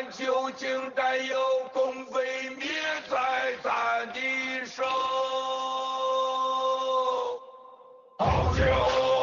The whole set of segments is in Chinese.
究竟占有共毁灭在咱的手。好酒。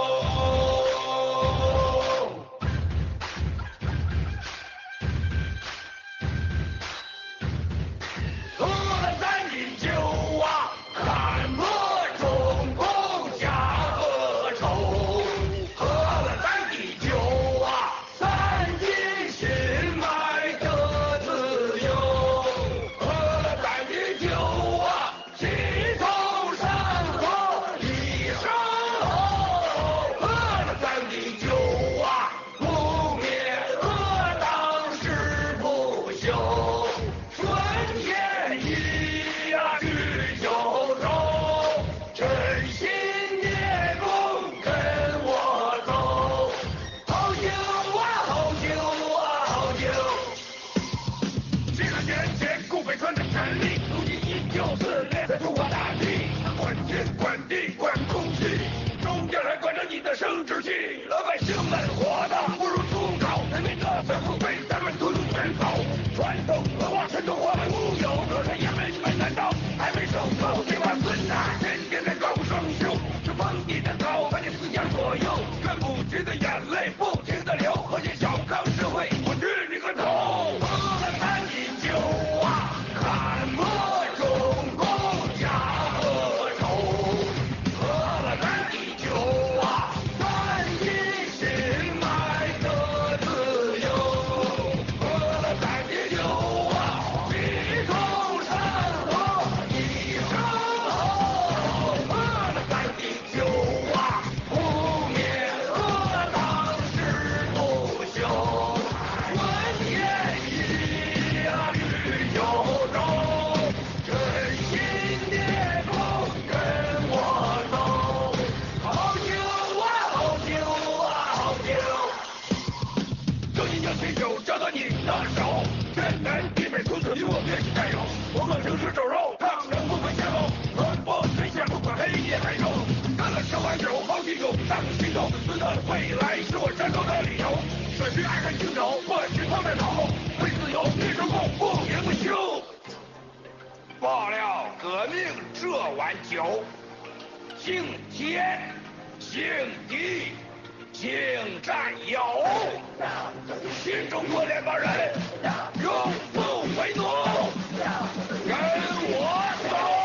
喝了咱的酒啊，看破中共假恶丑。喝了咱的酒啊，咱的心迈得自由。喝了咱的酒啊，心头山河一声吼。喝了咱的酒啊，不灭恶党誓不休。春天一呀去九州，真心的共跟我走。好酒啊，好酒啊，好酒！几个年前共匪传的权力，如今依旧肆虐在中华大地。管天管地管空气，中间还管着你的生殖器。老百姓们活的不如猪狗，人民的财富被咱们吞卷走。传统文化传统化为乌有，歌山衙门你们难道还没受够？这帮孙子天天在高声秀，这封你的口把你思想左右，看不停的眼泪不停的流，和谐小康社会我治你个头！喝了咱的酒啊，看破中共假恶丑。喝了咱的酒啊，咱的心迈得自由。喝了咱的酒啊，一同山河一声吼。喝了咱的酒啊，不灭恶党誓不休。春天一呀去九州，真心的共跟我走。好酒啊，好酒啊，好酒！正义要亲手交到你的手，天南地北从此与我别去占有。我们城市走肉，抗争不分先后，穿过水下不管黑夜白昼。干了烧完酒，好啤酒当心头，死的未来是我战斗的理由。甩去爱恨情仇，不许放在脑后，为自由对中共不言不休。报了革命这碗酒，敬天，敬地，敬战友，新中国联邦人永不为奴，跟我走！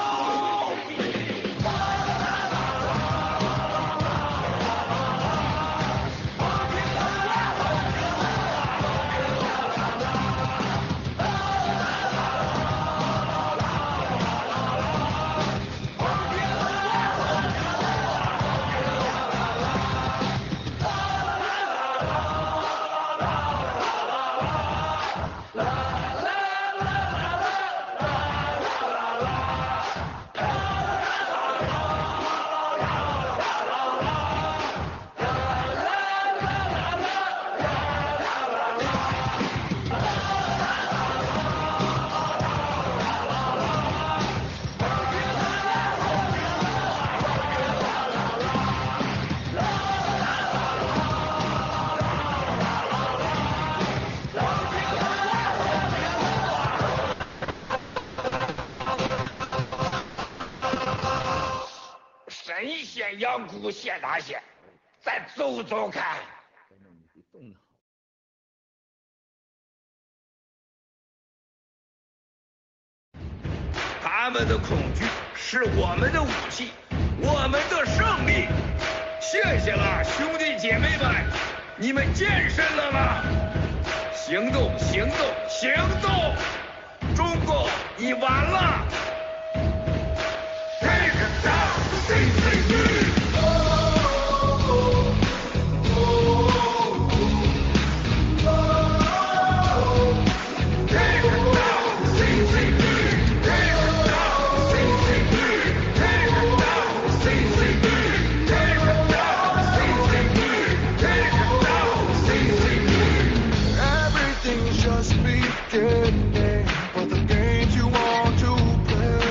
神仙阳谷谢大仙，咱走走看。他们的恐惧是我们的武器，我们的胜利。谢谢了，兄弟姐妹们，你们健身了吗？行动，行动，行动！中共，你完了！ Take it down, CCP! Everything's just beginning, but the games you want to play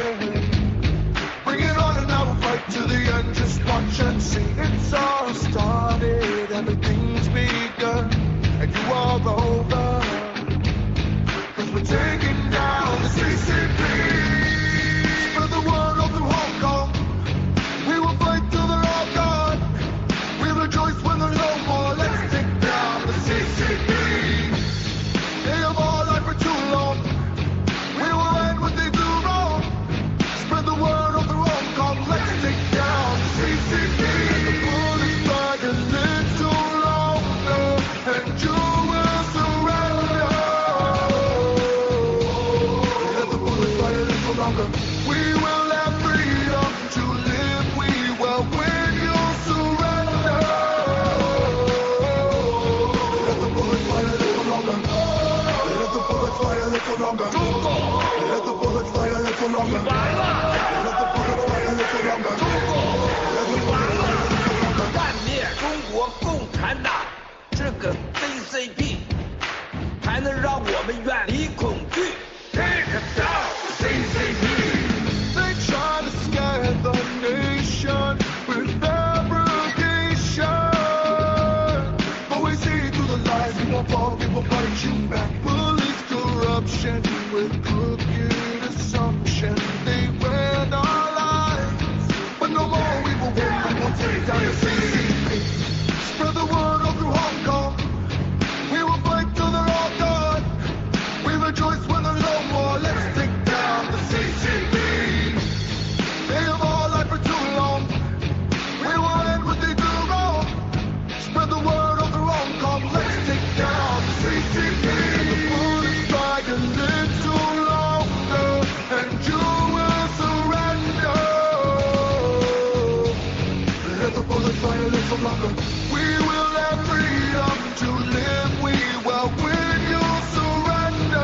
你完了！中共，你完了！干灭中国共产党这个 CCP， 才能让我们远离恐惧。Take down CCP。 They try to scare the nation with abrogation, but we see through the lies and won't fall, people fight you back. Police corruption with crooked assumption. They ran our lives, but no more we will win. We will take down the CCP. Spread the word all through Hong Kong. We will fight till they're all gone. We rejoice when there's no more. Let's take down the CCP. They have all lied for too long. We will end what they do wrong. Spread the word all through Hong Kong. Let's take down the CCP. The bullets try to live too longer, and you will surrender. Let the bullets fly a little longer. We will have freedom to live. We will win. You'll surrender.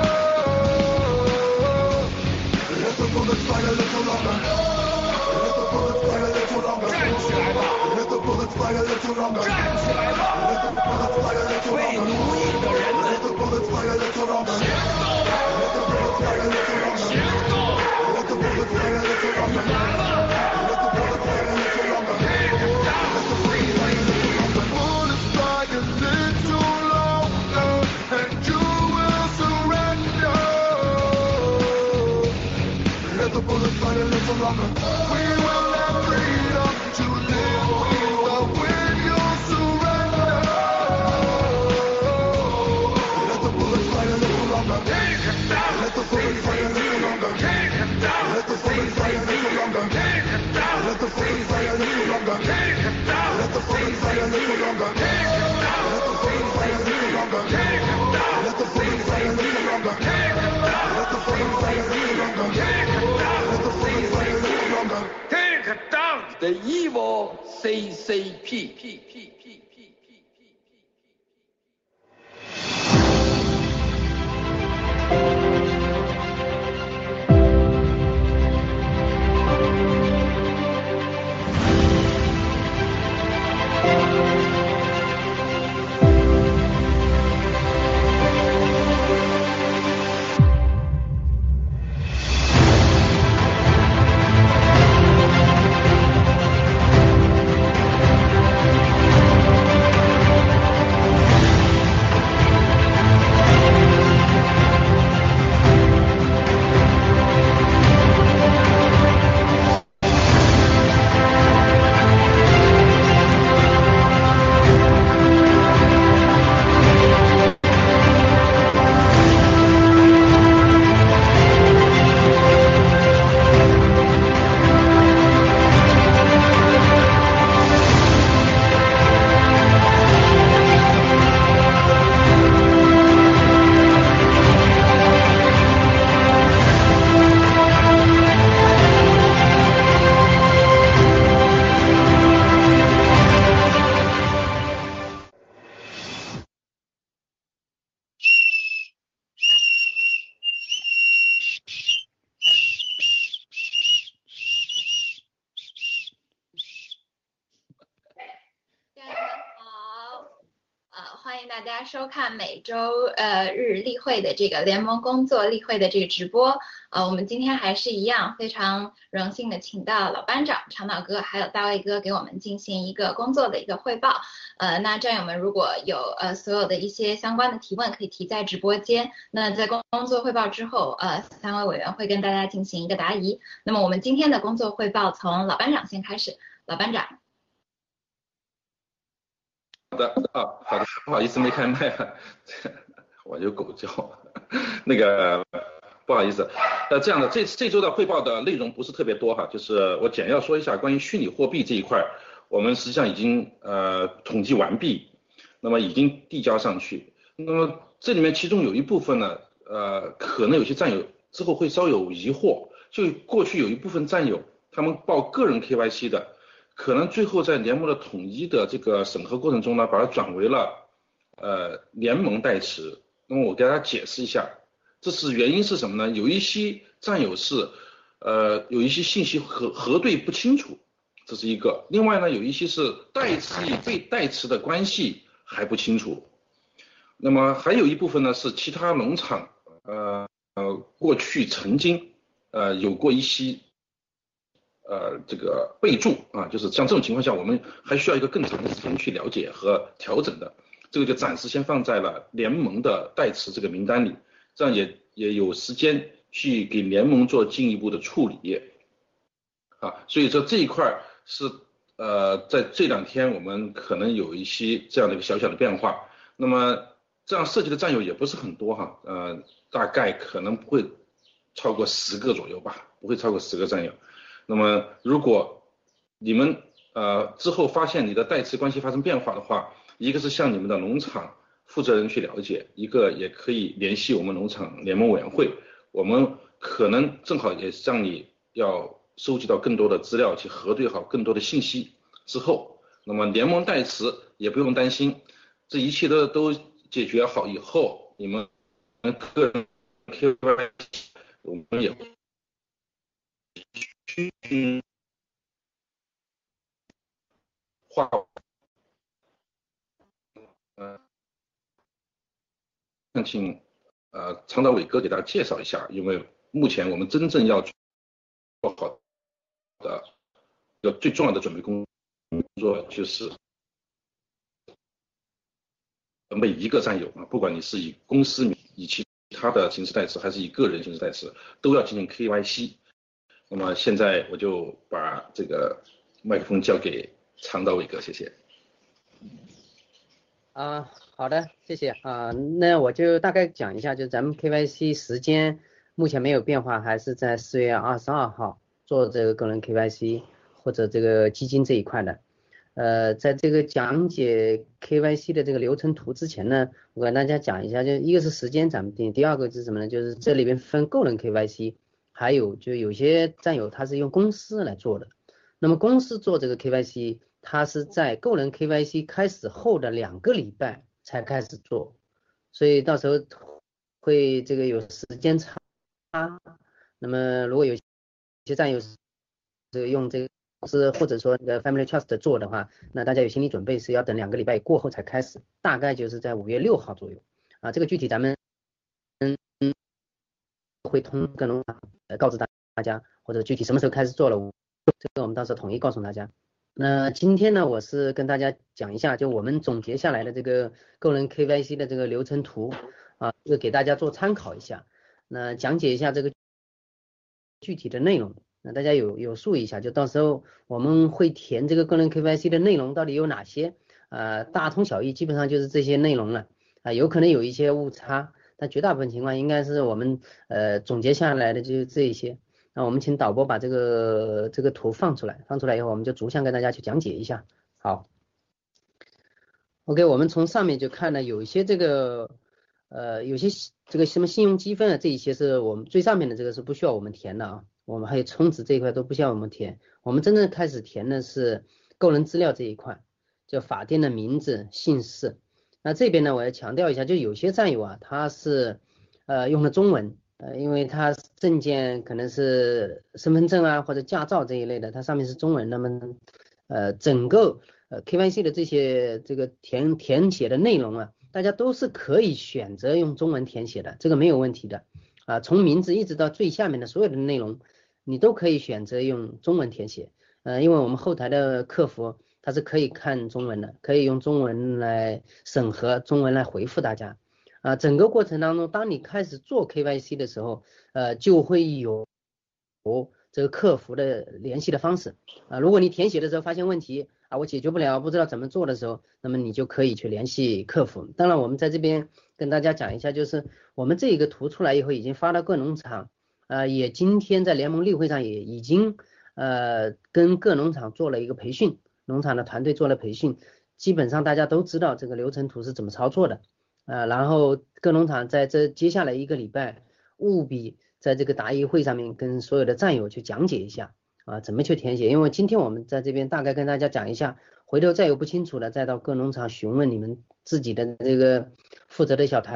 Let the bullets fly a little longer. Let the bullets fly a little longer. 站起来吧！ Let the bullets fly a little longer. 站起来吧！ Let the bullets fly a little 为 longer. 奴役的人 Let 们 the bullets fly a little longer. 行动！ Let the bullets fly a little longer. 行动！ Let the bullets fly a little 你 longer. 完了！ Let the bullets fly a little longer. Take down The bullets fly a little longer, and you will surrender. Let the bullets fly a little longer. We will have freedom to live. We will win. You'll surrender. Let the bullets fly a little longer. Take down Let the bullets fly a little longer. Take down Let the bullets fly a little longer. Take down Let the bullets fly a little longer. Take down Let the bullets fly a little longer. Let the bullets fly a little longer. Let the bullets fly a little longer. Let the bullets fly a little longer. Let the bullets fly a little longer. Take down the evil CCP. 欢迎大家收看每周日例会的这个联盟工作例会的这个直播。我们今天还是一样非常荣幸的请到老班长长岛哥还有大卫哥给我们进行一个工作的一个汇报。那战友们如果有所有的一些相关的提问可以提在直播间。那在工作汇报之后三位委员会跟大家进行一个答疑。那么我们今天的工作汇报从老班长先开始。老班长。 好的，不好意思没开麦啊，我有狗叫，那个不好意思，这样的这周的汇报的内容不是特别多哈，就是我简要说一下关于虚拟货币这一块，我们实际上已经统计完毕，那么已经递交上去，那么这里面其中有一部分呢，可能有些战友之后会稍有疑惑，就过去有一部分战友他们报个人 KYC 的。可能最后在联盟的统一的这个审核过程中呢，把它转为了联盟代持。那么我给大家解释一下，这是原因是什么呢？有一些战友是有一些信息核对不清楚，这是一个。另外呢，有一些是代词与被代词的关系还不清楚。那么还有一部分呢是其他农场过去曾经有过一些这个备注啊，就是像这种情况下，我们还需要一个更长的时间去了解和调整的，这个就暂时先放在了联盟的代词这个名单里，这样也有时间去给联盟做进一步的处理啊。所以说这一块是在这2天我们可能有一些这样的一个小小的变化。那么这样涉及的战友也不是很多哈，大概可能不会超过10个左右吧，不会超过10个战友。那么如果你们之后发现你的代词关系发生变化的话，一个是向你们的农场负责人去了解，一个也可以联系我们农场联盟委员会，我们可能正好也让你要收集到更多的资料，去核对好更多的信息之后，那么联盟代词也不用担心，这一切都解决好以后，你们个人 KYC 我们也划请常导伟哥给大家介绍一下，因为目前我们真正要做好的一个最重要的准备工作就是每一个战友啊，不管你是以公司名、以其他的形式代词，还是以个人形式代词，都要进行 KYC。那么现在我就把这个麦克风交给常导伟哥，谢谢。 好的，谢谢那我就大概讲一下，就咱们 KYC 时间目前没有变化，还是在4月22号做这个个人 KYC 或者这个基金这一块的。在这个讲解 KYC 的这个流程图之前呢，我跟大家讲一下，就一个是时间咱们定，第二个是什么呢？就是这里边分个人 KYC， 还有就有些战友他是用公司来做的。那么公司做这个 KYC， 他是在个人 KYC 开始后的2个礼拜才开始做，所以到时候会这个有时间差。那么如果有些战友这个用这个公司或者说那个 Family Trust 做的话，那大家有心理准备，是要等2个礼拜过后才开始，大概就是在5月6号左右这个具体咱们会通过农场告知大家，或者具体什么时候开始做了，这个我们到时候统一告诉大家。那今天呢，我是跟大家讲一下，就我们总结下来的这个个人 KYC 的这个流程图这个给大家做参考一下。那讲解一下这个具体的内容，那大家有数一下，就到时候我们会填这个个人 KYC 的内容到底有哪些大同小异，基本上就是这些内容了有可能有一些误差，但绝大部分情况应该是我们总结下来的就是这一些。那我们请导播把这个图放出来以后，我们就逐项跟大家去讲解一下。好 ，OK， 我们从上面就看了有一些这个有些这个什么信用积分这一些是我们最上面的这个是不需要我们填的我们还有充值这一块都不需要我们填，我们真正开始填的是个人资料这一块，就法定的名字、姓氏。那这边呢，我要强调一下，就有些战友他是用的中文。因为他证件可能是身份证或者驾照这一类的，它上面是中文，那么整个KYC 的这些这个填写的内容大家都是可以选择用中文填写的，这个没有问题的从名字一直到最下面的所有的内容，你都可以选择用中文填写因为我们后台的客服他是可以看中文的，可以用中文来审核，中文来回复大家整个过程当中，当你开始做 KYC 的时候就会有这个客服的联系的方式如果你填写的时候发现问题我解决不了，不知道怎么做的时候，那么你就可以去联系客服。当然我们在这边跟大家讲一下，就是我们这个图出来以后已经发到各农场也今天在联盟例会上也已经跟各农场做了一个培训，农场的团队做了培训，基本上大家都知道这个流程图是怎么操作的然后各农场在这接下来1个礼拜务必在这个答疑会上面跟所有的战友去讲解一下怎么去填写，因为今天我们在这边大概跟大家讲一下，回头再有不清楚的再到各农场询问你们自己的这个负责的小团队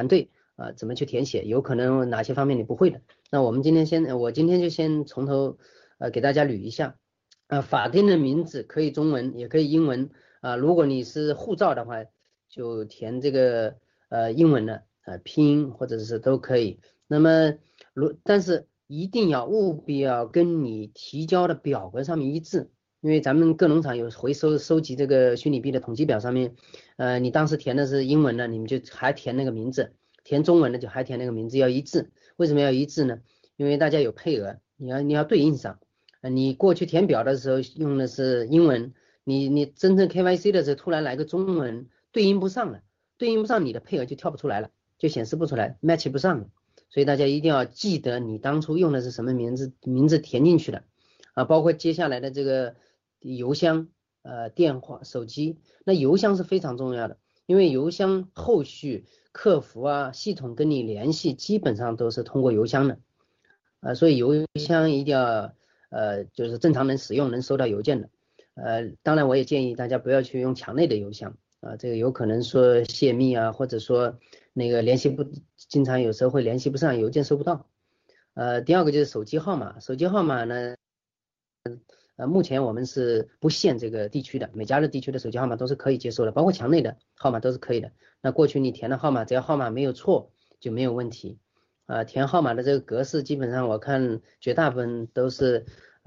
怎么去填写，有可能哪些方面你不会的。那我今天就先从头给大家捋一下。法定的名字可以中文也可以英文如果你是护照的话，就填这个英文的拼音或者是都可以。那么但是务必要跟你提交的表格上面一致，因为咱们各农场有收集这个虚拟币的统计表，上面你当时填的是英文的，你们就还填那个名字，填中文的就还填那个名字，要一致。为什么要一致呢？因为大家有配额，你要对应上。你过去填表的时候用的是英文，你真正 KYC 的时候突然来个中文，对应不上你的配额就跳不出来了，就显示不出来 match 不上了。所以大家一定要记得你当初用的是什么名字填进去的包括接下来的这个邮箱电话手机。那邮箱是非常重要的，因为邮箱后续客服系统跟你联系基本上都是通过邮箱的所以邮箱一定要就是正常能使用能收到邮件的当然我也建议大家不要去用墙内的邮箱这个有可能说泄密或者说那个经常有时候会联系不上，邮件收不到第二个就是手机号码呢目前我们是不限这个地区的，每家的地区的手机号码都是可以接受的，包括墙内的号码都是可以的。那过去你填的号码只要号码没有错就没有问题填号码的这个格式基本上我看绝大部分都是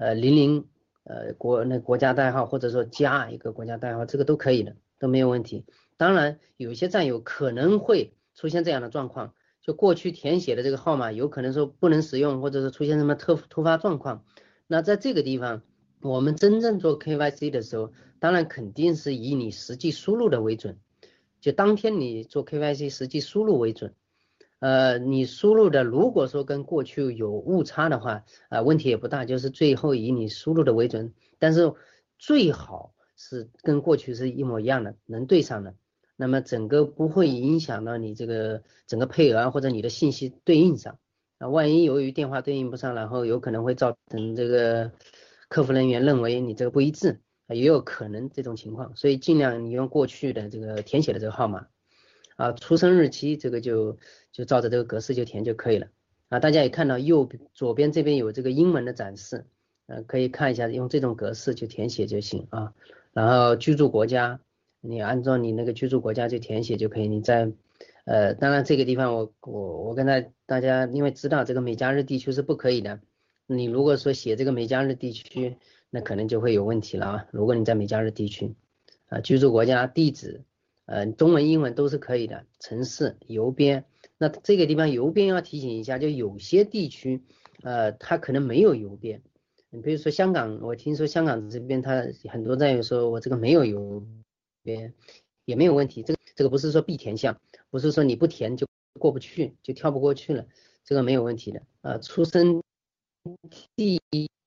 00国家代号或者说加一个国家代号，这个都可以的，都没有问题。当然有些战友可能会出现这样的状况，就过去填写的这个号码有可能说不能使用，或者是出现什么突发状况。那在这个地方我们真正做 KYC 的时候，当然肯定是以你实际输入的为准，就当天你做 KYC 实际输入为准你输入的如果说跟过去有误差的话问题也不大，就是最后以你输入的为准，但是最好是跟过去是一模一样的，能对上的，那么整个不会影响到你这个整个配额或者你的信息对应上万一由于电话对应不上，然后有可能会造成这个客服人员认为你这个不一致也有可能这种情况，所以尽量你用过去的这个填写的这个号码出生日期这个就照着这个格式就填就可以了大家也看到左边这边有这个英文的展示可以看一下，用这种格式就填写就行然后居住国家你按照你那个居住国家就填写就可以。你在当然这个地方我跟大家因为知道这个美加日地区是不可以的，你如果说写这个美加日地区那可能就会有问题了如果你在美加日地区居住国家地址中文英文都是可以的，城市邮编。那这个地方邮编要提醒一下，就有些地区它可能没有邮编，你比如说香港，我听说香港这边它很多战友说我这个没有邮编也没有问题，这个不是说必填项，不是说你不填就过不去就跳不过去了，这个没有问题的出生地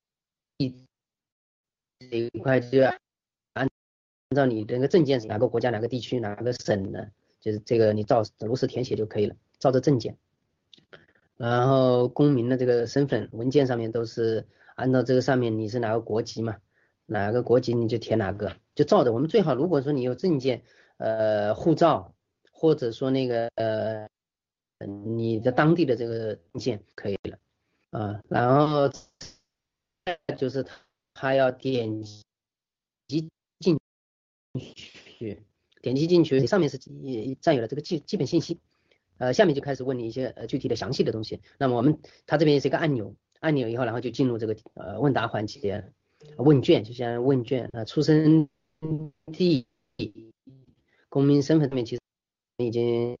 这一块就要按照你的那个证件是哪个国家哪个地区哪个省的，就是这个你如实填写就可以了，照着证件。然后公民的这个身份文件上面都是按照这个上面你是哪个国籍嘛，哪个国籍你就填哪个，就照着。我们最好如果说你有证件护照或者说那个你的当地的这个证件可以了然后就是他要点击进去，上面是占有了这个基本信息下面就开始问你一些具体的详细的东西。那么它这边是一个按钮以后，然后就进入这个问答环节，问卷就像问卷出生地公民身份上面其实已经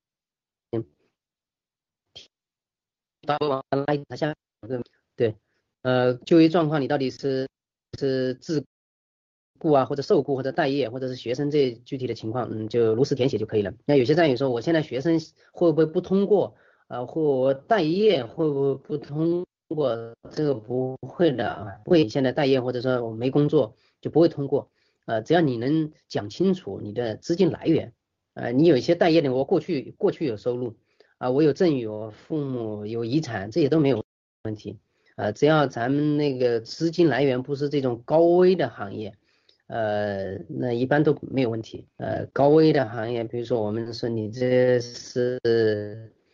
对就业状况你到底是自雇或者受雇或者待业或者是学生这具体的情况就如实填写就可以了。那有些战友说我现在学生会不会不通过或我待业会不会不通过，这个不会的不会，现在待业或者说我没工作就不会通过只要你能讲清楚你的资金来源你有一些待业的我过去有收入我有赠与我父母有遗产，这些都没有问题只要咱们那个资金来源不是这种高危的行业那一般都没有问题高危的行业比如说我们说你这是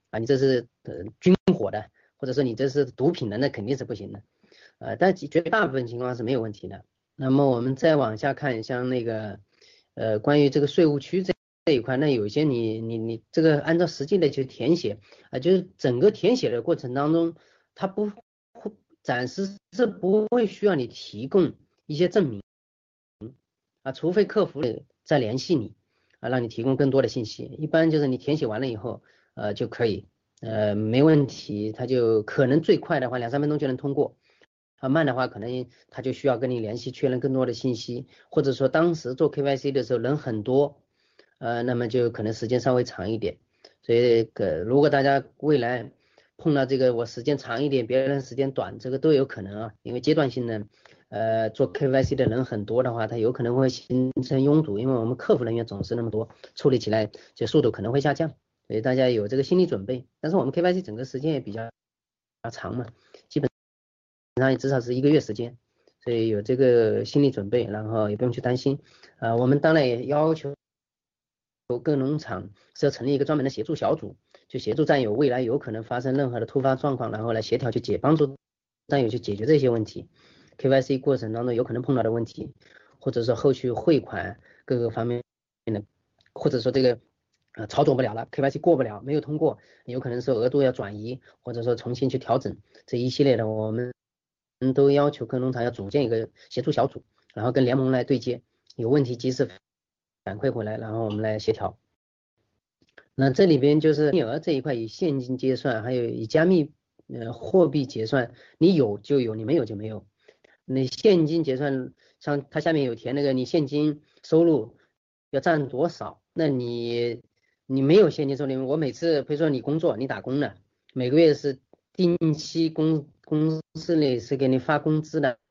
你这是军火的，或者说你这是毒品的，那肯定是不行的。但绝大部分情况是没有问题的。那么我们再往下看，像那个关于这个税务区这一块，那有一些你这个按照实际的去填写就是整个填写的过程当中，它不暂时是不会需要你提供一些证明除非客服再联系你让你提供更多的信息。一般就是你填写完了以后就可以没问题，它就可能最快的话2-3分钟就能通过。慢的话可能他就需要跟你联系确认更多的信息，或者说当时做 KYC 的时候人很多那么就可能时间稍微长一点。所以如果大家未来碰到这个我时间长一点，别人时间短，这个都有可能因为阶段性的做 KYC 的人很多的话，它有可能会形成拥堵，因为我们客服人员总是那么多，处理起来就速度可能会下降，所以大家有这个心理准备。但是我们 KYC 整个时间也比较长嘛，基本上至少是1个月时间，所以有这个心理准备，然后也不用去担心我们当然也要求各农场是要成立一个专门的协助小组，就协助战友未来有可能发生任何的突发状况，然后来协调去帮助战友去解决这些问题， KYC 过程当中有可能碰到的问题，或者说后续汇款各个方面的，或者说这个操作不了了， KYC 过不了，没有通过，有可能是额度要转移，或者说重新去调整，这一系列的我们都要求各农场要组建一个协助小组，然后跟联盟来对接，有问题及时反馈回来，然后我们来协调。那这里边就是金额这一块以现金结算，还有以加密货币结算，你有就有，你没有就没有。你现金结算，像它下面有填那个你现金收入要占多少，那你没有现金收入，我每次比如说你工作你打工的，每个月是定期公司里是给你发工资的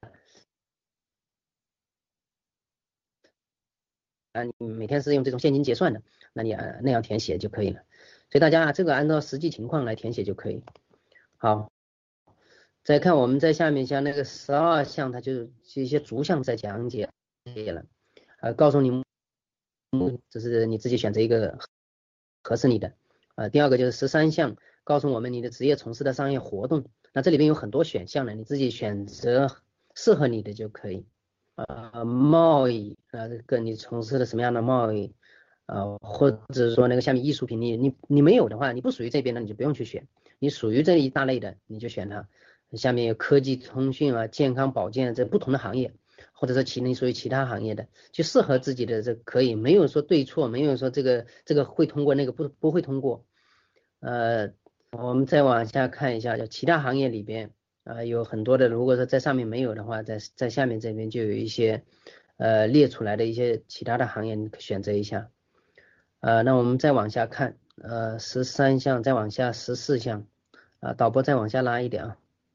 你每天是用这种现金结算的，那你那样填写就可以了。所以大家这个按照实际情况来填写就可以。好，再看我们在下面像那个12项，它就是一些逐项在讲解了，告诉你就是你自己选择一个合适你的第二个就是13项，告诉我们你的职业从事的商业活动，那这里边有很多选项的，你自己选择适合你的就可以。贸易这个你从事的什么样的贸易或者说那个下面艺术品你没有的话，你不属于这边的你就不用去选，你属于这一大类的你就选它。下面有科技通讯健康保健这不同的行业，或者说你属于其他行业的，就适合自己的这可以，没有说对错，没有说这个会通过那个不会通过。我们再往下看一下，就其他行业里边有很多的，如果说在上面没有的话，在下面这边就有一些列出来的一些其他的行业，你可以选择一下。那我们再往下看13项，再往下14项导播再往下拉一点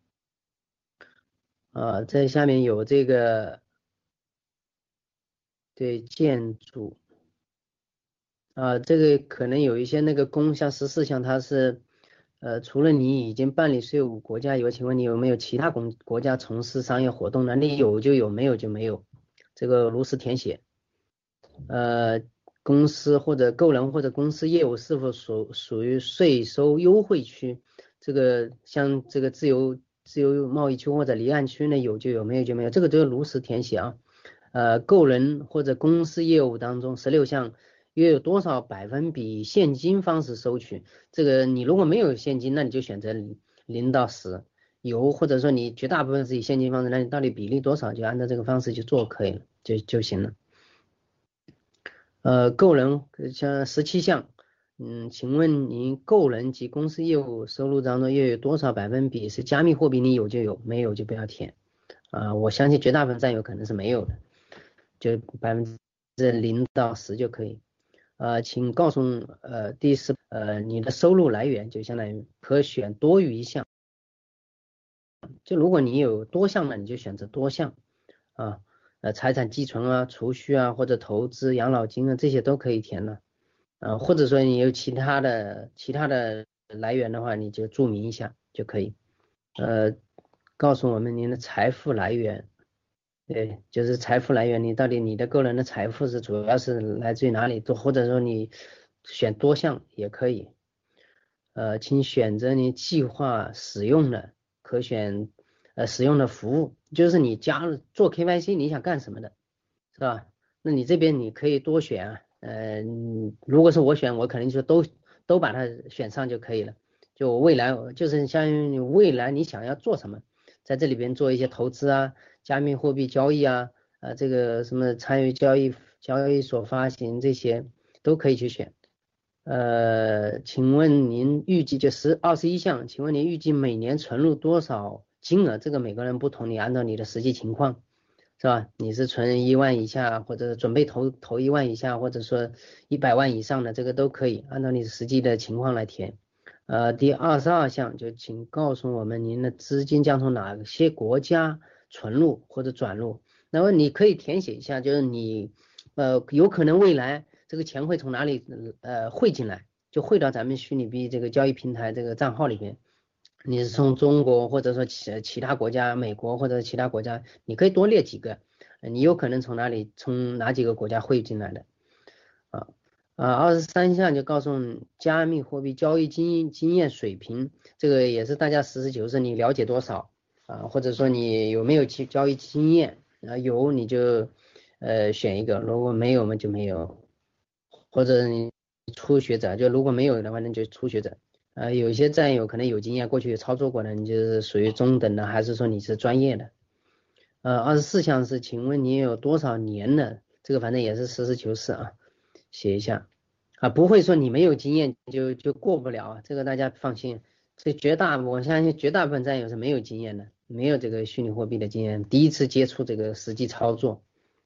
在下面有这个对建筑这个可能有一些那个像14项它是除了你已经办理税务国家以外，请问你有没有其他国家从事商业活动呢？你有就有，没有就没有，这个如实填写。公司或者个人或者公司业务是否属于税收优惠区，这个像这个自由贸易区或者离岸区呢，有就有，没有就没有，这个都要如实填写个人或者公司业务当中16项约有多少%现金方式收取，这个你如果没有现金，那你就选择0到10，有或者说你绝大部分是以现金方式，那你到底比例多少就按照这个方式去做可以了，就行了。个人像17项，请问您个人及公司业务收入当中又有多少%是加密货币？你有就有，没有就不要填我相信绝大部分战友可能是没有的，就0%到10就可以。请告诉第4你的收入来源，就相当于可选多于1项，就如果你有多项呢，你就选择多项财产寄存储蓄或者投资养老金这些都可以填了或者说你有其他的来源的话，你就注明一下就可以。告诉我们您的财富来源，对，就是财富来源，你到底你的个人的财富是主要是来自于哪里，或者说你选多项也可以。 请选择你计划使用的可选使用的服务，就是你加入做 KYC 你想干什么的，是吧？那你这边你可以多选啊，如果是我选，我可能就都把它选上就可以了。就未来就是相当于你未来你想要做什么，在这里边做一些投资啊，加密货币交易啊，这个什么参与交易所发行这些都可以去选。请问您预计就21项，请问您预计每年存入多少金额？这个每个人不同，你按照你的实际情况，是吧？你是存1万以下，或者准备投1万以下，或者说100万以上的，这个都可以按照你实际的情况来填。第22项就请告诉我们您的资金将从哪些国家存入或者转入。那么你可以填写一下，就是你有可能未来这个钱会从哪里汇进来，就汇到咱们虚拟币这个交易平台这个账号里边。你是从中国或者说其他国家，美国或者其他国家，你可以多列几个，你有可能从哪几个国家汇进来的23项就告诉加密货币交易经验水平，这个也是大家实事求是，你了解多少或者说你有没有交易经验有你就选一个，如果没有嘛就没有，或者你初学者，就如果没有的话那就初学者。有些战友可能有经验，过去有操作过的，你就是属于中等的，还是说你是专业的？24项是，请问你有多少年的？这个反正也是实事求是啊，写一下不会说你没有经验就过不了，这个大家放心。我相信绝大部分战友是没有经验的，没有这个虚拟货币的经验，第一次接触这个实际操作。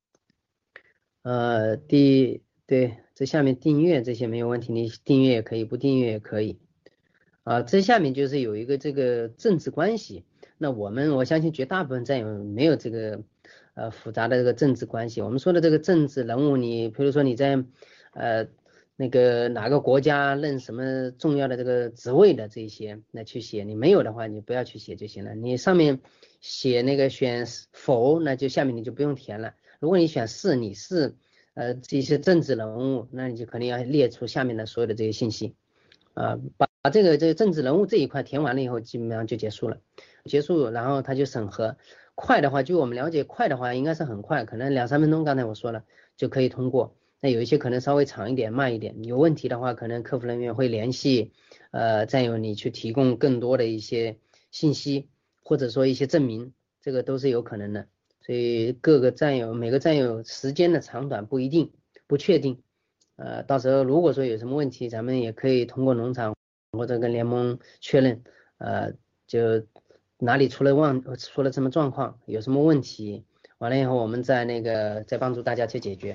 对，这下面订阅这些没有问题，你订阅也可以，不订阅也可以。这下面就是有一个这个政治关系，那我相信绝大部分战友没有这个复杂的这个政治关系。我们说的这个政治人物，你比如说你在那个哪个国家任什么重要的这个职位的这些，那去写，你没有的话你不要去写就行了。你上面写那个选否，那就下面你就不用填了。如果你选是，你是这些政治人物，那你就肯定要列出下面的所有的这些信息把这个政治人物这一块填完了以后，基本上就结束了，然后他就审核。快的话，据我们了解，快的话应该是很快，可能2-3分钟，刚才我说了就可以通过。那有一些可能稍微长一点，慢一点，有问题的话，可能客服人员会联系战友你去提供更多的一些信息，或者说一些证明，这个都是有可能的。所以每个战友时间的长短不一定，不确定。到时候如果说有什么问题，咱们也可以通过农场或者跟联盟确认，就哪里出了什么状况，有什么问题，完了以后我们再帮助大家去解决。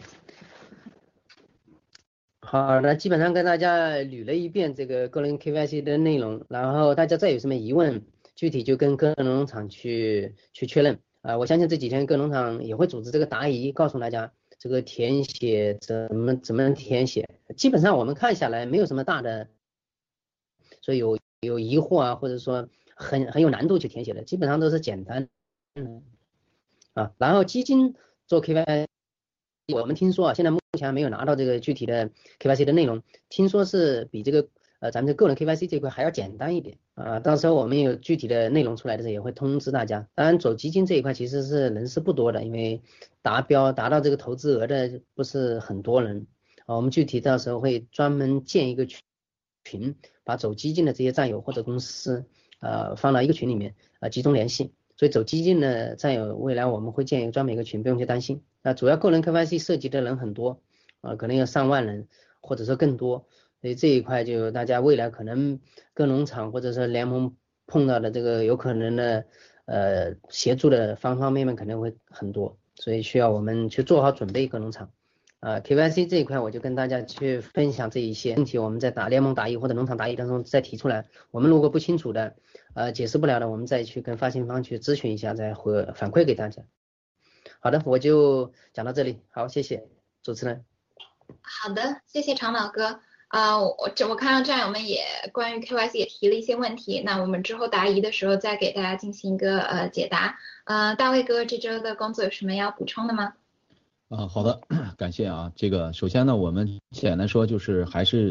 好，那基本上跟大家捋了一遍这个个人 KYC 的内容，然后大家再有什么疑问，具体就跟个人农场去确认我相信这几天个人农场也会组织这个答疑，告诉大家这个填写怎么填写。基本上我们看下来没有什么大的，所以有疑惑或者说很有难度去填写的，基本上都是简单然后基金做 KYC， 我们听说现在目前还没有拿到这个具体的 KYC 的内容，听说是比这个咱们这个人 KYC 这块还要简单一点到时候我们有具体的内容出来的时候也会通知大家。当然走基金这一块其实是人是不多的，因为达到这个投资额的不是很多人我们具体到时候会专门建一个群，把走基金的这些战友或者公司放到一个群里面集中联系。所以走基金的战友未来我们会建一个专门一个群，不用去担心。主要个人 KYC 涉及的人很多可能有上万人或者说更多，所以这一块就大家未来可能各农场或者说联盟碰到的这个有可能的协助的方方面面可能会很多，所以需要我们去做好准备。各农场KYC 这一块我就跟大家去分享这一些问题，我们在联盟答疑或者农场答疑当中再提出来，我们如果不清楚的解释不了的，我们再去跟发行方去咨询一下，再反馈给大家。好的，我就讲到这里，好，谢谢主持人。 好的，谢谢长岛哥我看到战友们也关于 KYC 也提了一些问题，那我们之后答疑的时候再给大家进行一个解答。大卫哥这周的工作有什么要补充的吗？ 好的，感谢这个首先呢，我们简单说就是还是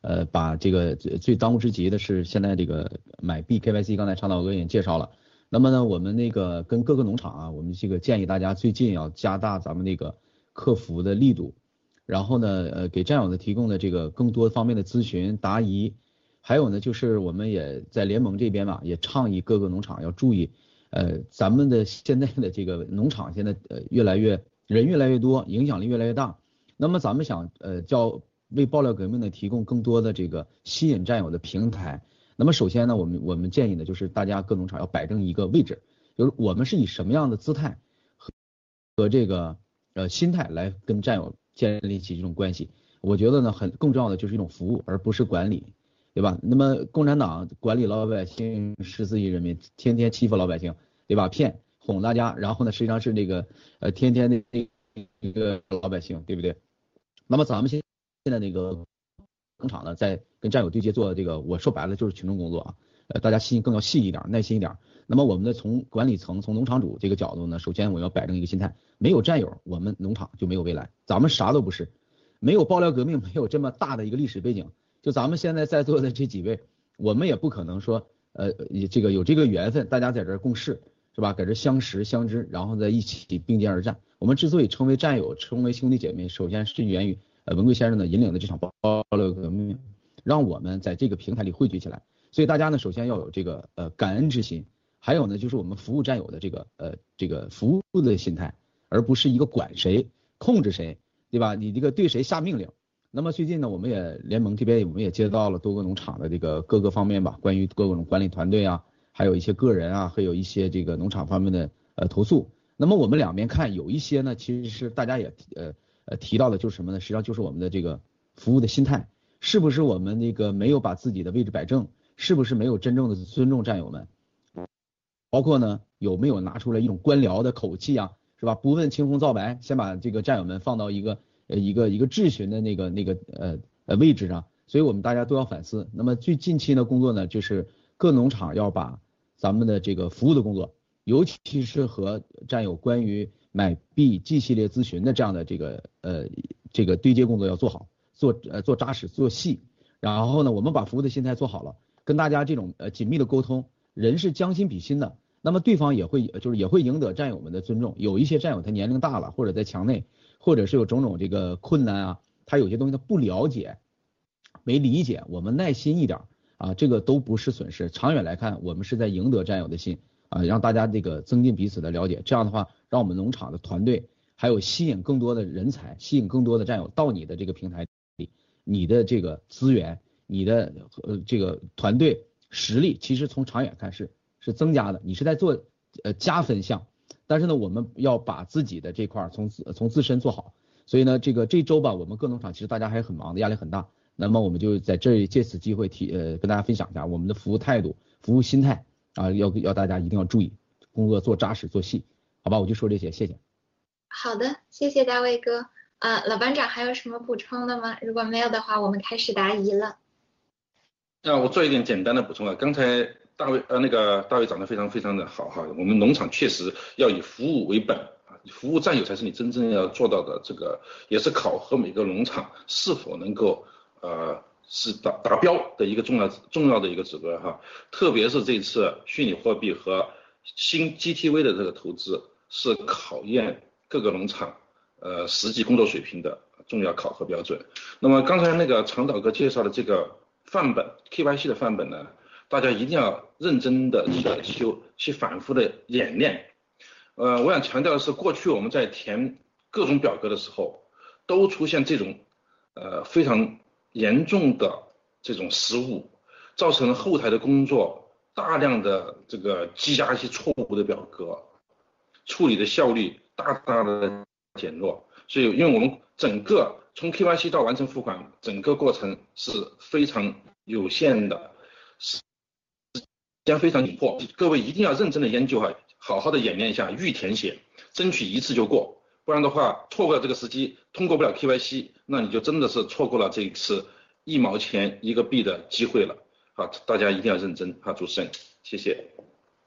把这个最当务之急的是现在这个买币 KYC， 刚才倡导哥也介绍了。那么呢，我们那个跟各个农场啊，我们这个建议大家最近要加大咱们那个客服的力度，然后呢，给战友呢提供的这个更多方面的咨询答疑，还有呢，就是我们也在联盟这边嘛，也倡议各个农场要注意，咱们的现在的这个农场现在人越来越多，影响力越来越大，那么咱们想为爆料革命呢提供更多的这个吸引战友的平台。那么首先呢，我们建议呢，就是大家各农场要摆正一个位置，就是我们是以什么样的姿态和这个心态来跟战友建立起这种关系。我觉得呢，更重要的就是一种服务，而不是管理，对吧？那么共产党管理老百姓14亿人民，天天欺负老百姓，对吧？哄大家，然后呢，实际上是这个天天的一个老百姓，对不对？那么咱们现在那个农场呢，在跟战友对接做这个，我说白了就是群众工作啊，大家心更要细一点，耐心一点。那么我们呢，从管理层、从农场主这个角度呢，首先我要摆正一个心态，没有战友，我们农场就没有未来，咱们啥都不是。没有爆料革命，没有这么大的一个历史背景，就咱们现在在座的这几位，我们也不可能说这个有这个缘分，大家在这儿共事是吧？在这相识相知，然后在一起并肩而战。我们之所以成为战友，成为兄弟姐妹，首先是源于文贵先生的引领的这场爆料革命，让我们在这个平台里汇聚起来。所以大家呢，首先要有这个感恩之心，还有呢就是我们服务战友的这个服务的心态，而不是一个管谁控制谁，对吧？你这个对谁下命令。那么最近呢，我们也联盟这边我们也接到了多个农场的这个各个方面吧，关于各种管理团队啊，还有一些个人啊，还有一些这个农场方面的投诉。那么我们两边看，有一些呢，其实是大家也提到的，就是什么呢？实际上就是我们的这个服务的心态，是不是我们那个没有把自己的位置摆正，是不是没有真正的尊重战友们，包括呢有没有拿出来一种官僚的口气啊，是吧？不问青红皂白，先把这个战友们放到一个质询的那个位置上，所以我们大家都要反思。那么最近期的工作呢，就是各农场要把咱们的这个服务的工作，尤其是和战友关于买币 G 系列咨询的这样的这个对接工作要做好，做扎实做细，然后呢，我们把服务的心态做好了，跟大家这种紧密的沟通，人是将心比心的，那么对方也会赢得战友们的尊重。有一些战友他年龄大了，或者在墙内，或者是有种种这个困难啊，他有些东西他不了解没理解，我们耐心一点啊，这个都不是损失。长远来看，我们是在赢得战友的心啊，让大家这个增进彼此的了解，这样的话让我们农场的团队还有吸引更多的人才，吸引更多的战友到你的这个平台里，你的这个资源，你的这个团队实力其实从长远看是增加的，你是在做加分项。但是呢，我们要把自己的这块从自身做好。所以呢，这周吧，我们各农场其实大家还是很忙的，压力很大。那么我们就在这借此机会跟大家分享一下我们的服务态度、服务心态啊，要大家一定要注意，工作做扎实做细，好吧？我就说这些，谢谢。 好的，谢谢大卫哥。老班长还有什么补充的吗？如果没有的话，我们开始答疑了。 我做一点简单的补充啊，刚才大卫讲得非常非常的好哈，我们农场确实要以服务为本啊，服务战友才是你真正要做到的，这个也是考核每个农场是否能够是达标的一个重要的一个指标哈，特别是这次虚拟货币和新 GTV 的这个投资是考验各个农场实际工作水平的重要考核标准。那么刚才那个常导哥介绍的这个范本 KYC 的范本呢，大家一定要认真的去反复的演练。我想强调的是，过去我们在填各种表格的时候，都出现这种非常严重的这种失误，造成后台的工作大量的这个积压一些错误的表格，处理的效率大大的减弱。所以，因为我们整个从 KYC 到完成付款，整个过程是非常有限的，时间非常紧迫，各位一定要认真的研究好好的演练一下预填写，争取一次就过，不然的话错过了这个时机，通过不了 KYC， 那你就真的是错过了这一次1毛钱1个币的机会了。好，大家一定要认真。好，主持人，谢谢。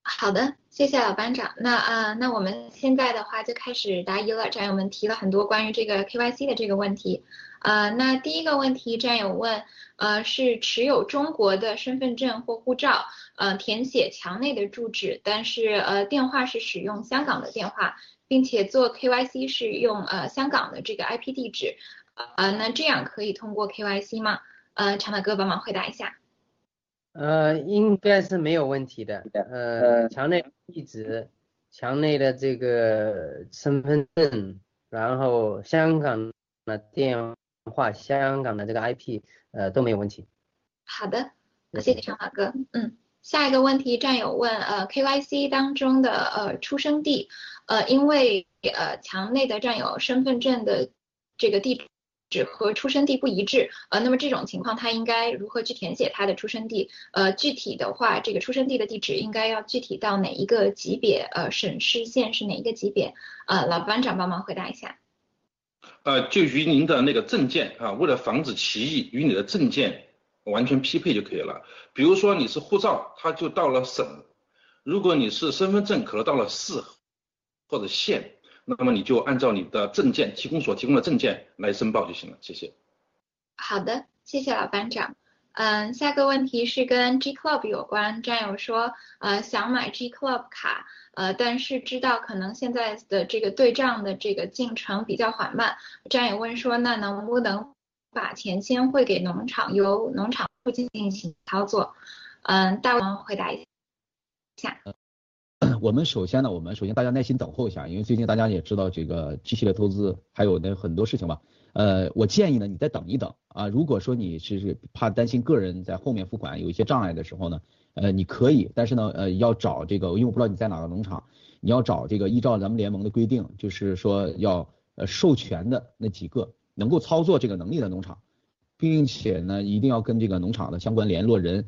好的，谢谢老班长。那我们现在的话就开始答疑了。战友们提了很多关于这个 KYC 的这个问题。那第一个问题，战友问，是持有中国的身份证或护照，填写墙内的住址，但是电话是使用香港的电话，并且做 KYC 是用香港的这个 IP 地址，那这样可以通过 KYC 吗？长马哥帮忙回答一下。 应该是没有问题的。墙内地址、墙内的这个身份证，然后香港的电话、香港的这个 IP，都没有问题。 好的，谢谢长马哥。下一个问题，战友问，KYC 当中的出生地，因为墙内的战友身份证的这个地址和出生地不一致，那么这种情况他应该如何去填写他的出生地？具体的话，这个出生地的地址应该要具体到哪一个级别？省市县是哪一个级别？老班长帮忙回答一下。 就与您的那个证件啊，为了防止歧义，与你的证件完全匹配就可以了。比如说你是护照，它就到了省；如果你是身份证，可能到了市或者县。那么你就按照你的证件所提供的证件来申报就行了，谢谢。 好的，谢谢老班长。下个问题是跟 G Club 有关，战友说，想买 G Club 卡，但是知道可能现在的这个对账的这个进程比较缓慢，战友问说，那能不能把钱先汇给农场，由农场附近进行操作？大王回答一下。 我们首先大家耐心等候一下，因为最近大家也知道这个G系列投资还有那很多事情吧。我建议呢，你再等一等啊。如果说你是怕担心个人在后面付款有一些障碍的时候呢，你可以，但是呢，要找这个，因为我不知道你在哪个农场，你要找这个依照咱们联盟的规定，就是说要授权的那几个能够操作这个能力的农场，并且呢，一定要跟这个农场的相关联络人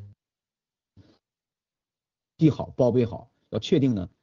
记好报备好。要确定呢，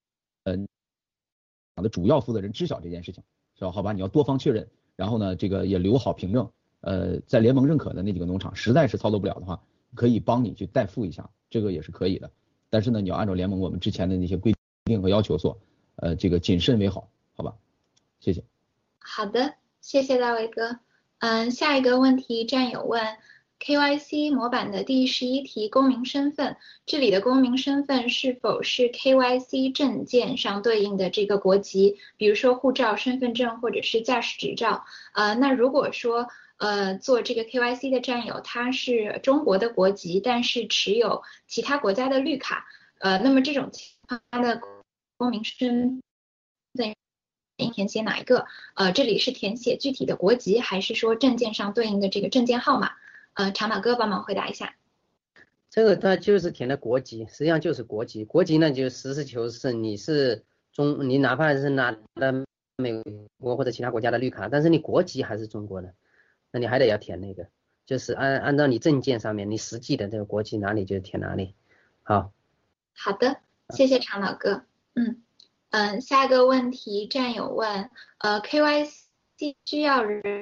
的主要负责人知晓这件事情，是吧？好吧，你要多方确认，然后呢，这个也留好凭证。在联盟认可的那几个农场，实在是操作不了的话，可以帮你去代付一下，这个也是可以的。但是呢，你要按照联盟我们之前的那些规定和要求做，这个谨慎为好，好吧？谢谢。 好的，谢谢大卫哥。下一个问题，战友问。KYC 模板的第11题公民身份，这里的公民身份是否是 KYC 证件上对应的这个国籍，比如说护照、身份证或者是驾驶执照？那如果说做这个 KYC 的战友他是中国的国籍，但是持有其他国家的绿卡，那么这种情况他的公民身份应填写哪一个？这里是填写具体的国籍，还是说证件上对应的这个证件号码？长马哥帮忙回答一下。 这个它就是填的国籍，实际上就是国籍。国籍呢就实事求是，你哪怕是拿了美国或者其他国家的绿卡，但是你国籍还是中国的，那你还得要填那个，就是按照你证件上面你实际的这个国籍哪里就填哪里。好的，谢谢长老哥。下一个问题，战友问，KYC 需要人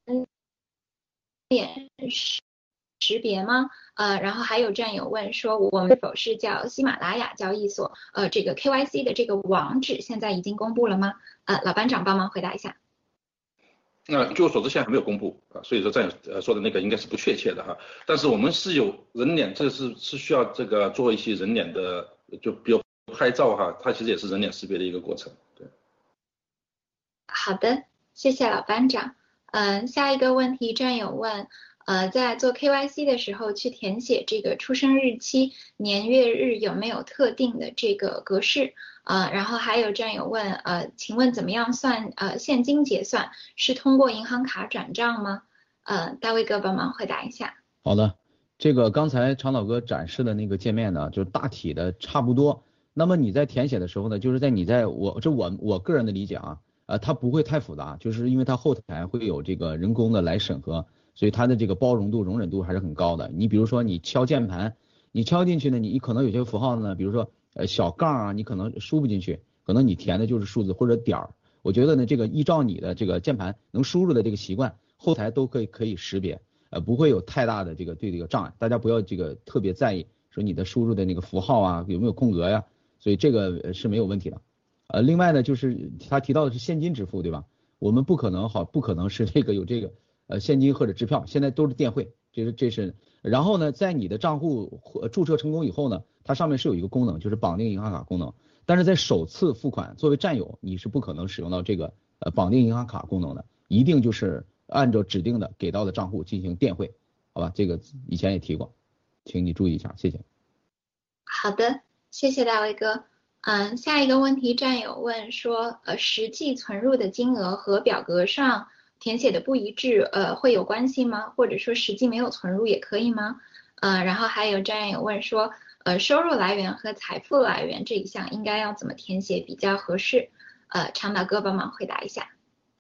脸识别吗？然后还有战友问说，我们是否是叫喜马拉雅交易所？这个 KYC 的这个网址现在已经公布了吗？老班长帮忙回答一下。 据我所知现在还没有公布啊，所以说战友说的那个应该是不确切的哈。但是我们是有人脸，这是需要这个做一些人脸的，就比如拍照哈，它其实也是人脸识别的一个过程。对。好的，谢谢老班长。下一个问题，战友问，在做 KYC 的时候去填写这个出生日期、年月日有没有特定的这个格式？然后还有战友问，请问怎么样算现金结算？是通过银行卡转账吗？大卫哥帮忙回答一下。 好的，这个刚才常老哥展示的那个界面呢，就是大体的差不多。那么你在填写的时候呢，就是我个人的理解啊。它不会太复杂，就是因为它后台会有这个人工的来审核，所以它的这个包容度、容忍度还是很高的。你比如说你敲键盘，你敲进去呢，你可能有些符号呢，比如说小杠啊，你可能输不进去，可能你填的就是数字或者点儿。我觉得呢，这个依照你的这个键盘能输入的这个习惯，后台都可以识别，不会有太大的对这个障碍。大家不要这个特别在意说你的输入的那个符号啊有没有空格呀，所以这个是没有问题的。另外呢，就是他提到的是现金支付，对吧？我们不可能是这个有这个现金或者支票，现在都是电汇，这是。然后呢，在你的账户注册成功以后呢，它上面是有一个功能，就是绑定银行卡功能。但是在首次付款作为占有，你是不可能使用到这个绑定银行卡功能的，一定就是按照指定的给到的账户进行电汇，好吧？这个以前也提过，请你注意一下，谢谢。 好的，谢谢大卫哥。下一个问题，战友问说，实际存入的金额和表格上填写的不一致，会有关系吗？或者说实际没有存入也可以吗？然后还有战友问说，收入来源和财富来源这一项应该要怎么填写比较合适？长岛哥帮忙回答一下。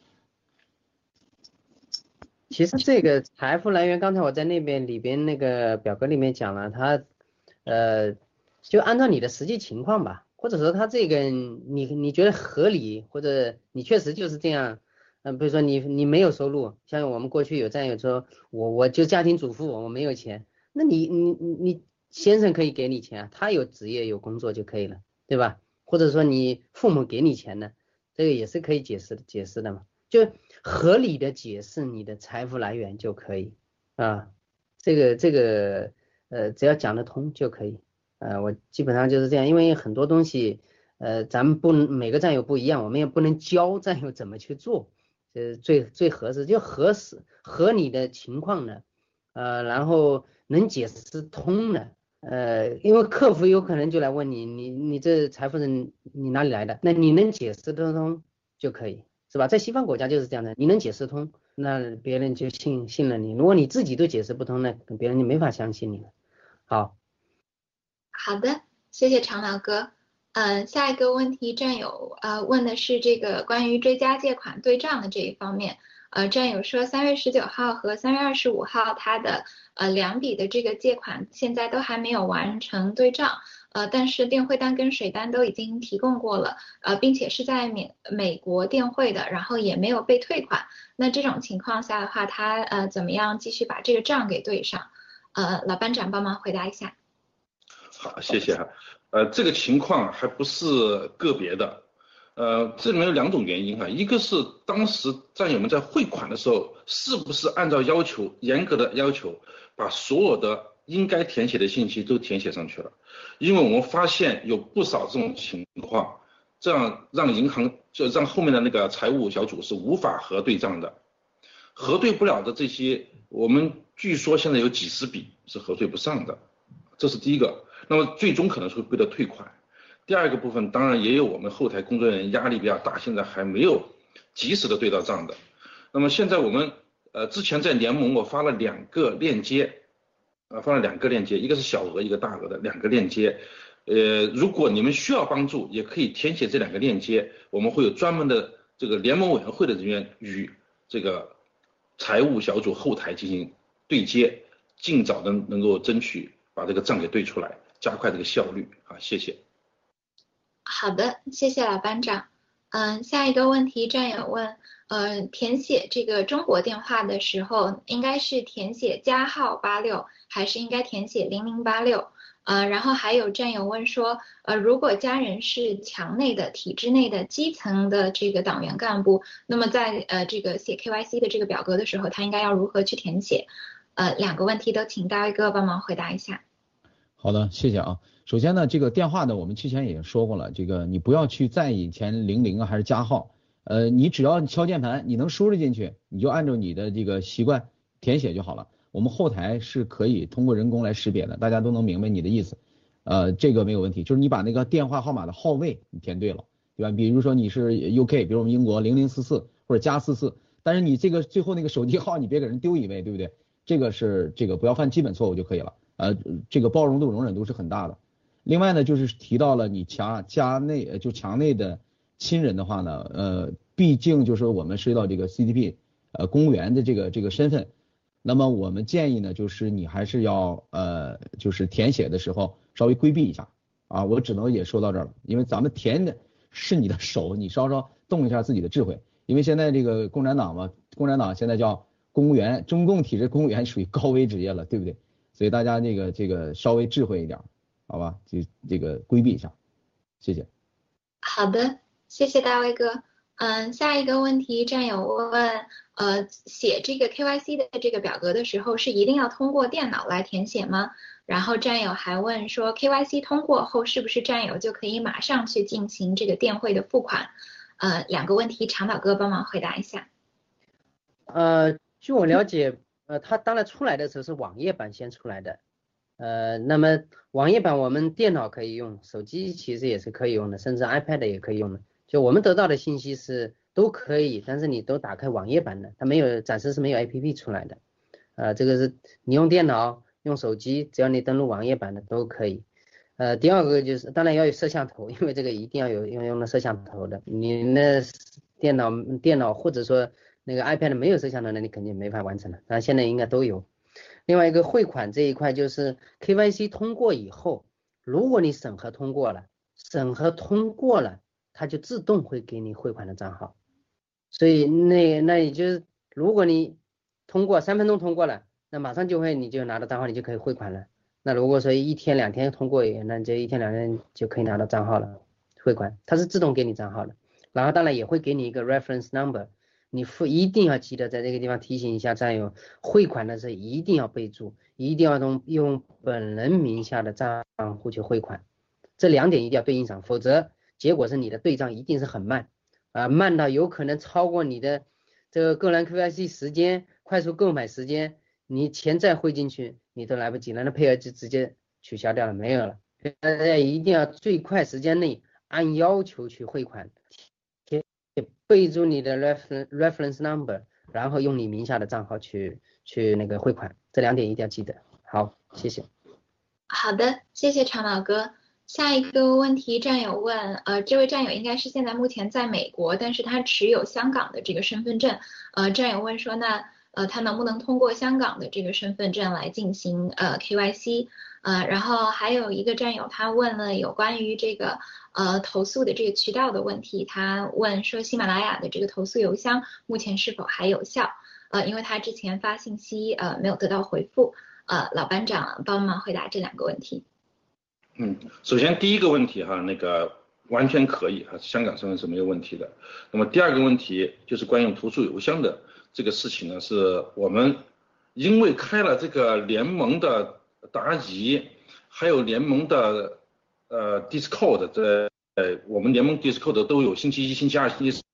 其实这个财富来源，刚才我在里边那个表格里面讲了，它就按照你的实际情况吧，或者说它这个你觉得合理，或者你确实就是这样，比如说你没有收入，像我们过去有战友说我就家庭主妇，我没有钱，那你先生可以给你钱啊，他有职业有工作就可以了，对吧？或者说你父母给你钱呢，这个也是可以解释的嘛，就合理的解释你的财富来源就可以啊，这个只要讲得通就可以。我基本上就是这样，因为很多东西，咱们每个战友不一样，我们也不能教战友怎么去做，最合适就合你的情况呢，然后能解释通的，因为客服有可能就来问你这财富是你哪里来的，那你能解释得通就可以，是吧？在西方国家就是这样的，你能解释通，那别人就信了你，如果你自己都解释不通，那别人就没法相信你了。 好的，谢谢长岛哥。下一个问题，战友问的是这个关于追加借款对账的这一方面。战友说3月19号和3月25号他的两笔的这个借款现在都还没有完成对账，但是电汇单跟水单都已经提供过了，并且是在美国电汇的，然后也没有被退款。那这种情况下的话，他怎么样继续把这个账给对上？老班长帮忙回答一下。 好，谢谢哈。这个情况还不是个别的，这里面有两种原因哈，一个是当时战友们在汇款的时候，是不是按照严格的要求，把所有的应该填写的信息都填写上去了？因为我们发现有不少这种情况，这样让银行就让后面的那个财务小组是无法核对账的，核对不了的这些，我们据说现在有几十笔是核对不上的，这是第一个。那么最终可能是会被退款。第二个部分当然也有我们后台工作人员压力比较大，现在还没有及时的对到账的。那么现在我们之前在联盟我发了两个链接，一个是小额一个大额的两个链接。如果你们需要帮助，也可以填写这两个链接，我们会有专门的这个联盟委员会的人员与这个财务小组后台进行对接，尽早的能够争取把这个账给对出来，加快这个效率啊，谢谢。 好的，谢谢老班长。下一个问题，战友问，填写这个中国电话的时候，应该是填写加号86，还是应该填写0086？然后还有战友问说，如果家人是墙内的、体制内的基层的这个党员干部，那么在这个写 KYC 的这个表格的时候，他应该要如何去填写？两个问题都请大卫哥帮忙回答一下。 好的，谢谢啊。首先呢，这个电话呢，我们之前也说过了，这个你不要去在意前00啊还是加号，你只要敲键盘，你能输入进去，你就按照你的这个习惯填写就好了。我们后台是可以通过人工来识别的，大家都能明白你的意思，这个没有问题。就是你把那个电话号码的号位你填对了，对吧？比如说你是 UK， 比如我们英国0044或者+44，但是你这个最后那个手机号你别给人丢一位，对不对？这个不要犯基本错误就可以了。这个包容度容忍度是很大的。另外呢，就是提到了你墙内的亲人的话呢，毕竟就是我们涉及到这个 CDP 公务员的这个身份，那么我们建议呢，就是你还是要就是填写的时候稍微规避一下啊。我只能也说到这儿了，因为咱们填的是你的手，你稍稍动一下自己的智慧，因为现在这个共产党嘛，共产党现在叫公务员，中共体制公务员属于高危职业了，对不对？ 所以大家这个稍微智慧一点，好吧？就这个规避一下，谢谢。 好的，谢谢大卫哥。下一个问题，战友问，写这个 KYC 的这个表格的时候是一定要通过电脑来填写吗？然后战友还问说 KYC 通过后是不是战友就可以马上去进行这个电汇的付款？两个问题，长岛哥帮忙回答一下。 据我了解，它当然出来的时候是网页版先出来的，那么网页版我们电脑可以用，手机其实也是可以用的，甚至 iPad 也可以用的。就我们得到的信息是都可以，但是你都打开网页版的，它没有，暂时是没有 APP 出来的。这个是你用电脑、用手机，只要你登录网页版的都可以。第二个就是当然要有摄像头，因为这个一定要有用的摄像头的。你那电脑或者说那个 iPad 没有摄像头的，你肯定没法完成了。但现在应该都有。另外一个汇款这一块就是 KYC 通过以后，如果你审核通过了，它就自动会给你汇款的账号。所以那也就是如果你通过3分钟通过了，那马上你就拿到账号，你就可以汇款了。那如果说1天2天通过，那这1天2天就可以拿到账号了，汇款它是自动给你账号的。然后当然也会给你一个 reference number， 你一定要记得在这个地方提醒一下战友，汇款的时候一定要备注，一定要用本人名下的账户去汇款，这2点一定要对应上，否则结果是你的对账一定是很慢慢到有可能超过你的这个个人 KYC 时间、快速购买时间，你钱再汇进去你都来不及了，那配额就直接取消掉了，没有了。大家一定要最快时间内按要求去汇款，备注你的 reference number， 然后用你名下的账号去那个汇款，这2点一定要记得。好，谢谢。 好的，谢谢长岛哥。下一个问题，战友问，这位战友应该是现在目前在美国，但是他持有香港的这个身份证。战友问说，那他能不能通过香港的这个身份证来进行KYC？然后还有一个战友他问了有关于这个投诉的这个渠道的问题，他问说喜马拉雅的这个投诉邮箱目前是否还有效？因为他之前发信息没有得到回复。老班长帮忙回答这2个问题。 首先第一个问题那个完全可以香港身份是没有问题的。那么第二个问题就是关于投诉邮箱的这个事情呢，是我们因为开了这个联盟的答疑，还有联盟的Discord， 我们联盟 Discord 都有星期1、星期2、星期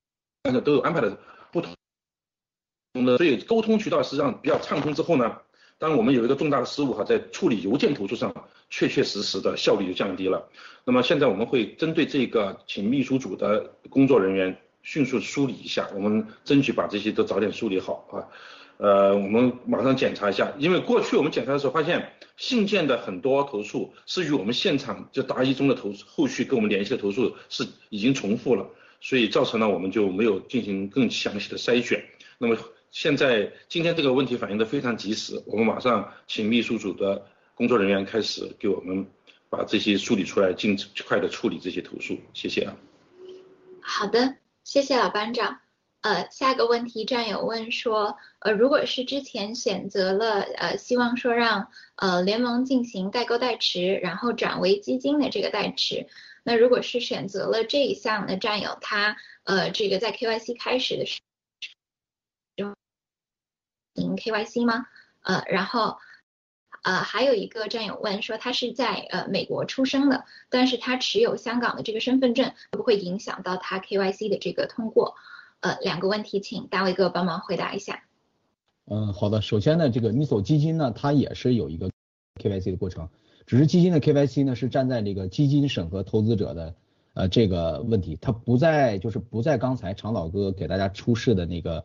3都有安排的不同的，所以沟通渠道实际上比较畅通之后呢，当然我们有一个重大的失误在处理邮件投诉上确实的效率就降低了。那么现在我们会针对这个请秘书组的工作人员迅速梳理一下，我们争取把这些都早点梳理好我们马上检查一下，因为过去我们检查的时候发现信件的很多投诉是与我们现场就答疑中的投诉后续跟我们联系的投诉是已经重复了，所以造成了我们就没有进行更详细的筛选。那么现在今天这个问题反映的非常及时，我们马上请秘书组的工作人员开始给我们把这些梳理出来，尽快的处理这些投诉。谢谢好的，谢谢老班长。下个问题战友问说，如果是之前选择了希望说让联盟进行代购代持，然后转为基金的这个代持，那如果是选择了这一项的战友，他这个在 KYC 开始的时候进行 KYC 吗？然后还有一个战友问说，他是在美国出生的，但是他持有香港的这个身份证，会不会影响到他 KYC 的这个通过？2个问题，请大卫哥帮忙回答一下。 好的，首先呢，这个你走基金呢，它也是有一个 KYC 的过程，只是基金的 KYC 呢是站在这个基金审核投资者的这个问题，它不在刚才长岛哥给大家出示的那个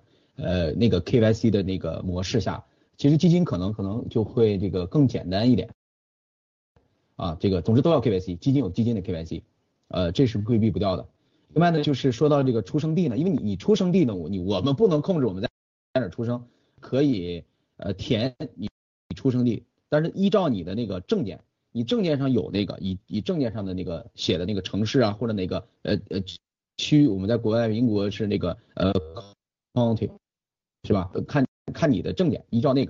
KYC 的那个模式下，其实基金可能就会这个更简单一点这个总之都要 KYC， 基金有基金的 KYC， 这是规避不掉的。另外呢，就是说到这个出生地呢，因为你出生地呢，我们不能控制我们在哪儿出生，可以填你出生地，但是依照你的那个证件，你证件上有那个以证件上的那个写的那个城市或者那个区，我们在国外英国是那个county 是吧？看你的证件，依照那个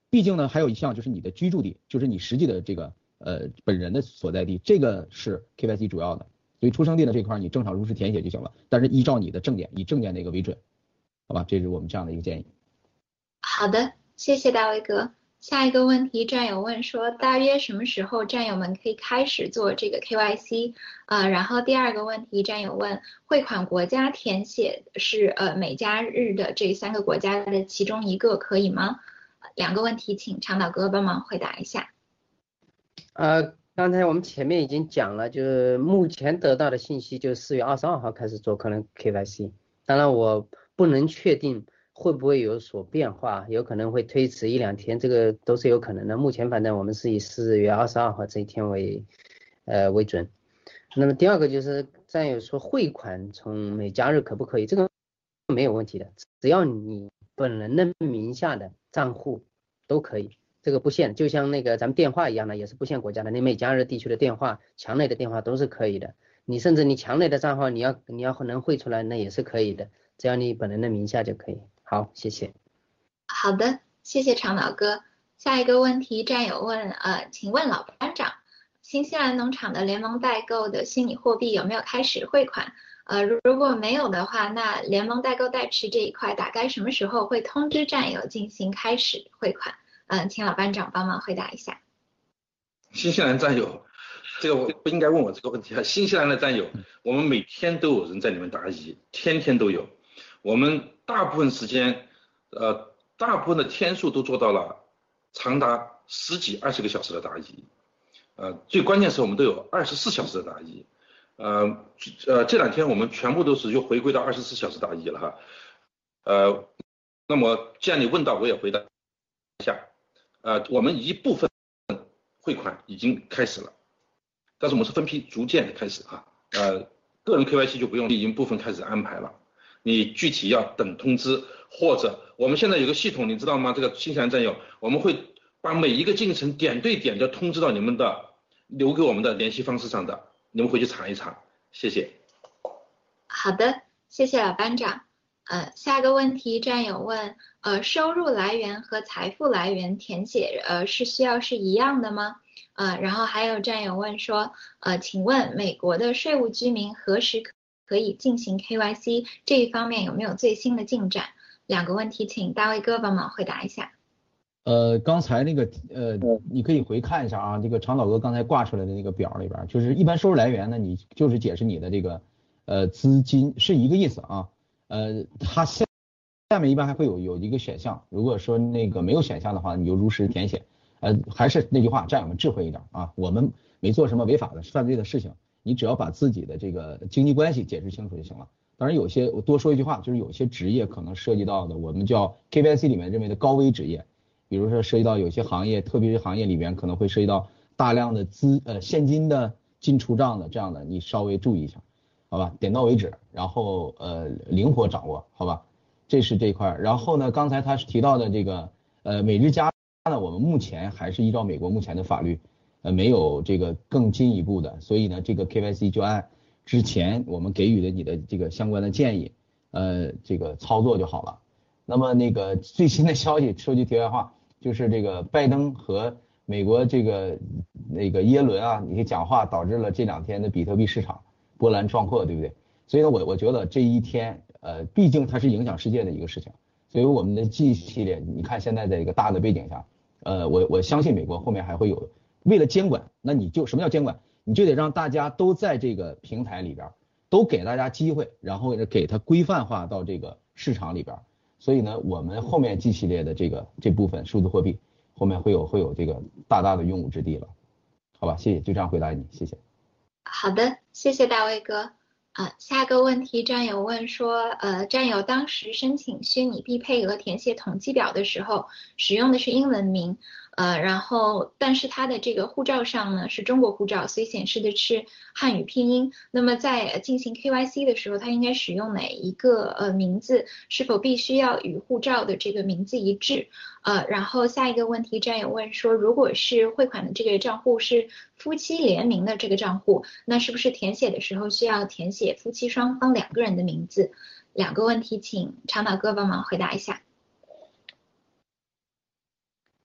毕竟呢，还有一项就是你的居住地，就是你实际的这个本人的所在地，这个是 KYC 主要的。所以出生地的这块你正常如实填写就行了，但是依照你的证件，以证件那个为准，好吧？这是我们这样的一个建议。 好的，谢谢大卫哥。下一个问题，战友问说，大约什么时候战友们可以开始做这个 KYC？然后第二个问题，战友问，汇款国家填写是美加日的这3个国家的其中一个，可以吗？两个问题，请长岛哥帮忙回答一下。 刚才我们前面已经讲了，就是目前得到的信息，就4月22号开始做可能 KYC， 当然我不能确定会不会有所变化，有可能会推迟1-2天，这个都是有可能的。目前反正我们是以4月22号这一天为准。那么第二个就是战友说汇款从美加日可不可以，这个没有问题的，只要你本人的名下的账户都可以。这个不限，就像那个咱们电话一样的，也是不限国家的。你美加日地区的电话，墙内的电话都是可以的。你甚至你墙内的账号，你要能汇出来，那也是可以的，只要你本人的名下就可以。好，谢谢。 好的，谢谢长岛哥。下一个问题，战友问，请问老班长，新西兰农场的联盟代购的虚拟货币有没有开始汇款？如果没有的话，那联盟代购代持这一块大概什么时候会通知战友进行开始汇款？请老班长帮忙回答一下。 新西兰战友，这个我不应该问我这个问题啊。新西兰的战友，我们每天都有人在里面答疑，天天都有。我们大部分时间，大部分的天数都做到了长达10几20个小时的答疑。最关键是我们都有24小时的答疑。这2天我们全部都是又回归到24小时答疑了哈。那么既然你问到，我也回答一下。我们一部分汇款已经开始了，但是我们是分批逐渐的开始啊。个人 KYC 就不用，已经部分开始安排了。你具体要等通知，或者我们现在有个系统，你知道吗？这个新西兰战友，我们会把每一个进程点对点的通知到你们的留给我们的联系方式上的，你们回去查一查。谢谢。 好的，谢谢老班长。下个问题，战友问，收入来源和财富来源填写是需要是一样的吗？然后还有战友问说，请问美国的税务居民何时可以进行 KYC？ 这一方面有没有最新的进展？两个问题，请大卫哥帮忙回答一下。 刚才那个你可以回看一下啊，这个长岛哥刚才挂出来的那个表里边，就是一般收入来源呢，你就是解释你的这个资金是一个意思啊。它下面一般还会有一个选项，如果说那个没有选项的话，你就如实填写。还是那句话，战友们智慧一点啊，我们没做什么违法的犯罪的事情，你只要把自己的这个经济关系解释清楚就行了。当然有些我多说一句话，就是有些职业可能涉及到的，我们叫 KYC 里面认为的高危职业，比如说涉及到有些行业，特别是行业里面可能会涉及到大量的现金的进出账的这样的，你稍微注意一下。好吧，点到为止，然后灵活掌握，好吧，这是这块。然后呢，刚才他是提到的这个美日加呢，我们目前还是依照美国目前的法律，没有这个更进一步的，所以呢，这个 KYC 就按之前我们给予的你的这个相关的建议，这个操作就好了。那么那个最新的消息，说句题外话，就是这个拜登和美国这个那个耶伦啊，你的讲话导致了这2天的比特币市场波澜壮阔，对不对？所以呢，我觉得这一天，毕竟它是影响世界的一个事情，所以我们的 G 系列，你看现在在一个大的背景下，我相信美国后面还会有，为了监管，那你就什么叫监管？你就得让大家都在这个平台里边，都给大家机会，然后给它规范化到这个市场里边。所以呢，我们后面 G 系列的这部分数字货币后面会有这个大的用武之地了，好吧？谢谢，就这样回答你，谢谢。 好的，谢谢大卫哥。下个问题，战友问说，战友当时申请虚拟币配额填写统计表的时候，使用的是英文名，然后但是他的这个护照上呢是中国护照，所以显示的是汉语拼音。那么在进行 KYC 的时候，他应该使用哪一个名字？是否必须要与护照的这个名字一致？然后下一个问题，战友问说，如果是汇款的这个账户是夫妻联名的这个账户，那是不是填写的时候需要填写夫妻双方2个人的名字？两个问题，请长岛哥帮忙回答一下。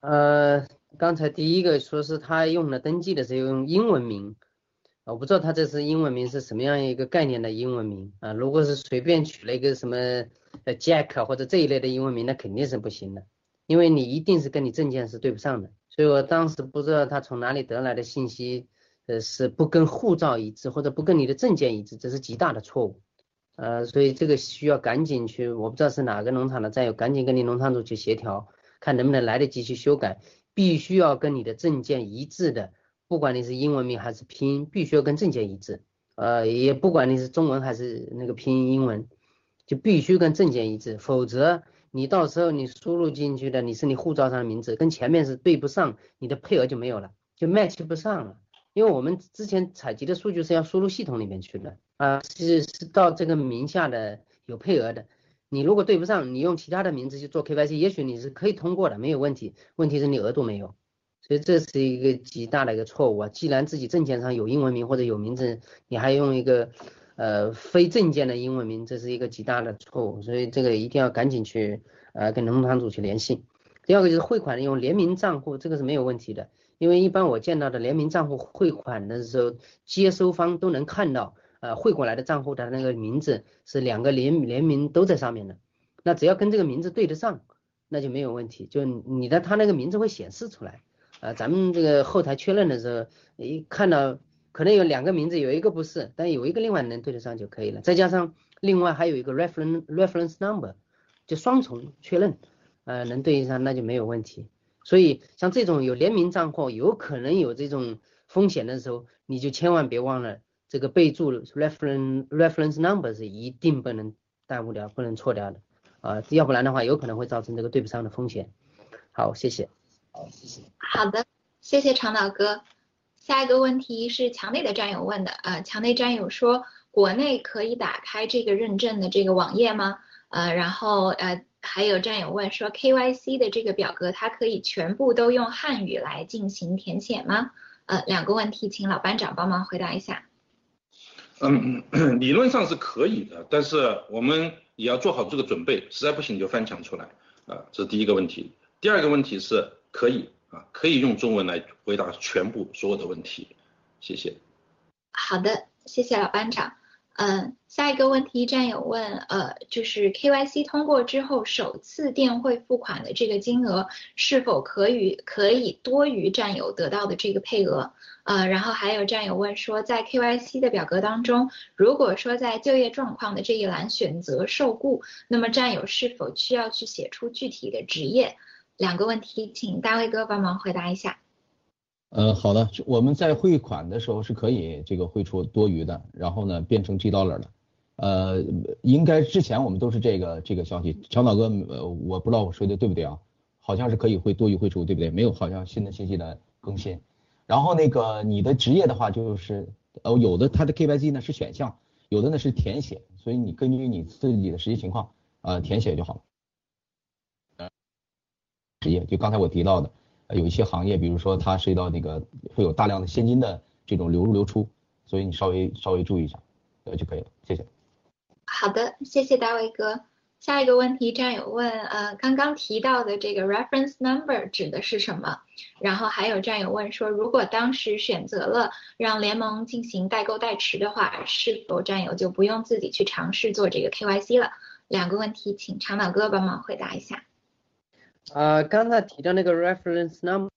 刚才第一个说是他用了登记的时候用英文名，我不知道他这是英文名是什么样一个概念的英文名啊？如果是随便取了一个什么Jack 或者这一类的英文名，那肯定是不行的，因为你一定是跟你证件是对不上的。所以我当时不知道他从哪里得来的信息，是不跟护照一致或者不跟你的证件一致，这是极大的错误。所以这个需要赶紧去，我不知道是哪个农场的战友，赶紧跟你农场主去协调，看能不能来得及去修改，必须要跟你的证件一致的，不管你是英文名还是拼音，必须要跟证件一致。也不管你是中文还是那个拼音英文，就必须跟证件一致，否则你到时候你输入进去的你是你护照上的名字跟前面是对不上，你的配额就没有了，就 match 不上了。因为我们之前采集的数据是要输入系统里面去的是到这个名下的有配额的，你如果对不上，你用其他的名字去做 KYC， 也许你是可以通过的，没有问题，问题是你额度没有，所以这是一个极大的一个错误啊！既然自己证件上有英文名或者有名字，你还用一个非证件的英文名，这是一个极大的错误，所以这个一定要赶紧去跟农场主去联系。第二个就是汇款用联名账户，这个是没有问题的。因为一般我见到的联名账户汇款的时候，接收方都能看到，汇过来的账户的那个名字是2个联名都在上面的，那只要跟这个名字对得上，那就没有问题，就你的他那个名字会显示出来，咱们这个后台确认的时候，一看到可能有2个名字，有一个不是，但有一个另外能对得上就可以了，再加上另外还有一个 reference number， 就双重确认，能对上那就没有问题。所以像这种有联名账户有可能有这种风险的时候，你就千万别忘了这个备注 reference number 是一定不能耽误掉，不能错掉的要不然的话有可能会造成这个对不上的风险。好，谢谢。 好的，谢谢长岛哥。下一个问题是墙内的战友问的，墙内战友说，国内可以打开这个认证的这个网页吗？然后还有战友问说 KYC 的这个表格它可以全部都用汉语来进行填写吗？2个问题请老班长帮忙回答一下。 理论上是可以的，但是我们也要做好这个准备，实在不行就翻墙出来这是第一个问题。第二个问题是可以可以用中文来回答全部所有的问题，谢谢。 好的，谢谢老班长。下一个问题战友问，就是 KYC 通过之后，首次电汇付款的这个金额是否可以多于战友得到的这个配额？然后还有战友问说，在 KYC 的表格当中，如果说在就业状况的这一栏选择受雇，那么战友是否需要去写出具体的职业？2个问题，请大卫哥帮忙回答一下。 好的，我们在汇款的时候是可以这个汇出多余的，然后呢变成 $G的。应该之前我们都是这个消息，强岛哥，我不知道我说的对不对啊？好像是可以多余汇出，对不对？没有好像新的信息的更新。然后那个你的职业的话就是有的它的 KYC 呢是选项，有的呢是填写，所以你根据你自己的实际情况填写就好了。职业就刚才我提到的。有一些行业，比如说它涉及到那个会有大量的现金的这种流入流出，所以你稍微注意一下，就可以了。谢谢。 好的，谢谢大卫哥。下一个问题，战友问，刚刚提到的这个 reference number 指的是什么？然后还有战友问说，如果当时选择了让联盟进行代购代持的话，是否战友就不用自己去尝试做这个 KYC 了？2个问题，请长岛哥帮忙回答一下。 刚才提到那个 reference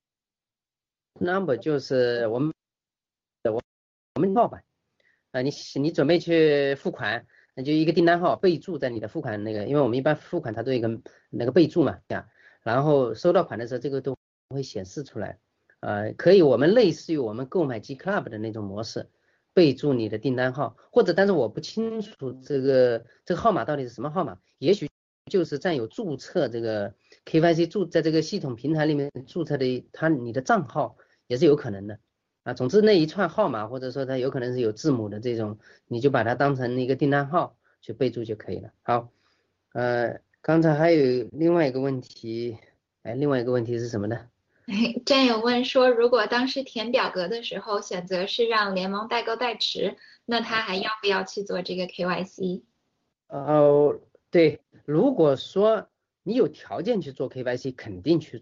number 就是我们号码你准备去付款，那就一个订单号备注在你的付款那个，因为我们一般付款它都有一个那个备注嘛，然后收到款的时候这个都会显示出来，可以我们类似于我们购买 G Club 的那种模式，备注你的订单号，或者但是我不清楚这个号码到底是什么号码，也许就是占有注册这个 KYC 在这个系统平台里面注册的你的账号也是有可能的总之那一串号码或者说它有可能是有字母的这种，你就把它当成一个订单号去备注就可以了。好，刚才还有另外一个问题，另外一个问题是什么呢？ 战友问说，如果当时填表格的时候选择是让联盟代购代持，那他还要不要去做这个 KYC？ 对，如果说你有条件去做 KYC， 肯定去做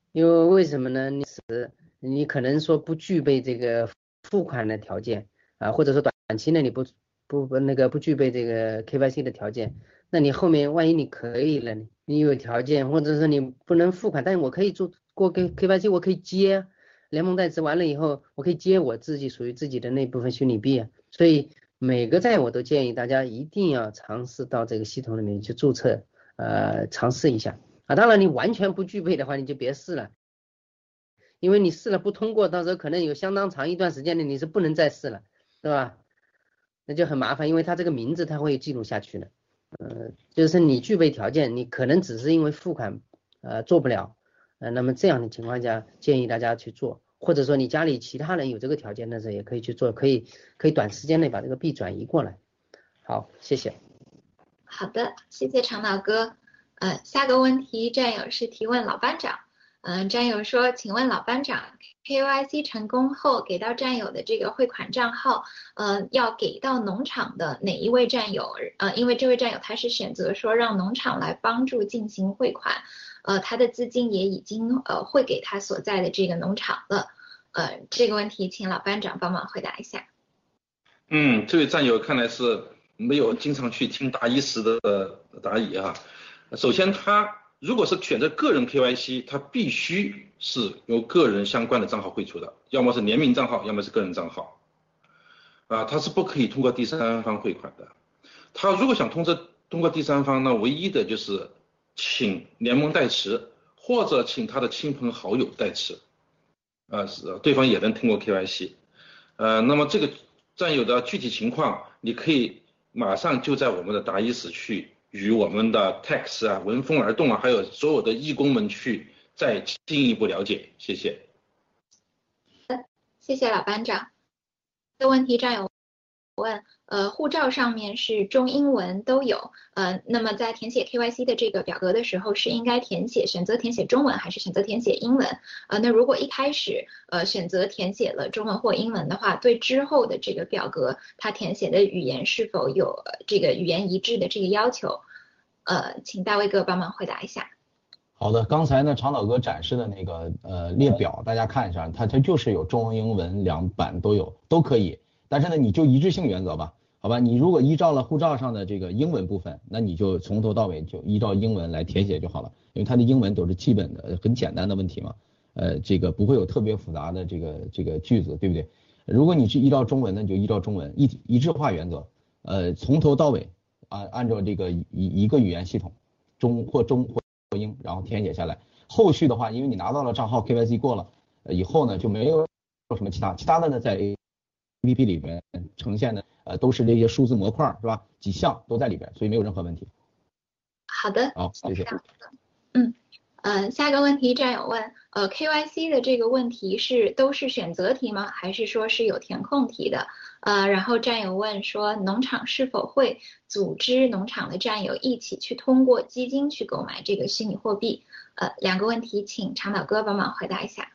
因为什么呢？你可能说不具备这个付款的条件啊，或者说短期内你不具备这个 KYC 的条件，那你后面万一你可以了，你有条件，或者说你不能付款，但是我可以过 KYC，我可以接联盟代持完了以后，我可以接我自己属于自己的那部分虚拟币啊，所以每个站我都建议大家一定要尝试到这个系统里面去注册，尝试一下啊。当然你完全不具备的话，你就别试了。因为你试了不通过，到时候可能有相当长一段时间内你是不能再试了，对吧？那就很麻烦，因为它这个名字它会记录下去的。就是你具备条件，你可能只是因为付款做不了，那么这样的情况下建议大家去做，或者说你家里其他人有这个条件的时候也可以去做，可以短时间内把这个币转移过来。好，谢谢。 好的，谢谢长岛哥。下个问题战友是提问老班长。战友说，请问老班长 ，KYC 成功后给到战友的这个汇款账号，要给到农场的哪一位战友？因为这位战友他是选择说让农场来帮助进行汇款，他的资金也已经汇给他所在的这个农场了。这个问题请老班长帮忙回答一下。 这位战友看来是没有经常去听答疑时的答疑啊。首先他如果是选择个人 KYC， 他必须是由个人相关的账号汇出的，要么是联名账号，要么是个人账号，他是不可以通过第三方汇款的。他如果想通过第三方呢，唯一的就是请联盟代持，或者请他的亲朋好友代持，对方也能通过 KYC。那么这个战友的具体情况，你可以马上就在我们的答疑室去与我们的 Tax 啊、闻风而动啊，还有所有的义工们去再进一步了解。谢谢。 谢谢老班长。这个问题战友问，护照上面是中英文都有，那么在填写 KYC 的这个表格的时候，是应该选择填写中文还是选择填写英文？那如果一开始选择填写了中文或英文的话，对之后的这个表格它填写的语言是否有这个语言一致的这个要求？请大卫哥帮忙回答一下。 好的，刚才呢长岛哥展示的那个列表，大家看一下，它就是有中文、英文两版都有，都可以。但是呢，你就一致性原则吧，好吧？你如果依照了护照上的这个英文部分，那你就从头到尾就依照英文来填写就好了，因为它的英文都是基本的、很简单的问题嘛，这个不会有特别复杂的这个句子，对不对？如果你是依照中文，那你就依照中文，一致化原则，从头到尾按照这个一个语言系统，中或英，然后填写下来。后续的话，因为你拿到了账号 KYC 过了，以后呢就没有什么其他的呢，在 APP 里面呈现的都是这些数字模块，是吧？几项都在里边，所以没有任何问题。 好的， 好，谢谢。 下个问题战友问，KYC 的这个问题都是选择题吗？还是说是有填空题的？然后战友问说，农场是否会组织农场的战友一起去通过基金去购买这个虚拟货币？两个问题，请长岛哥帮忙回答一下。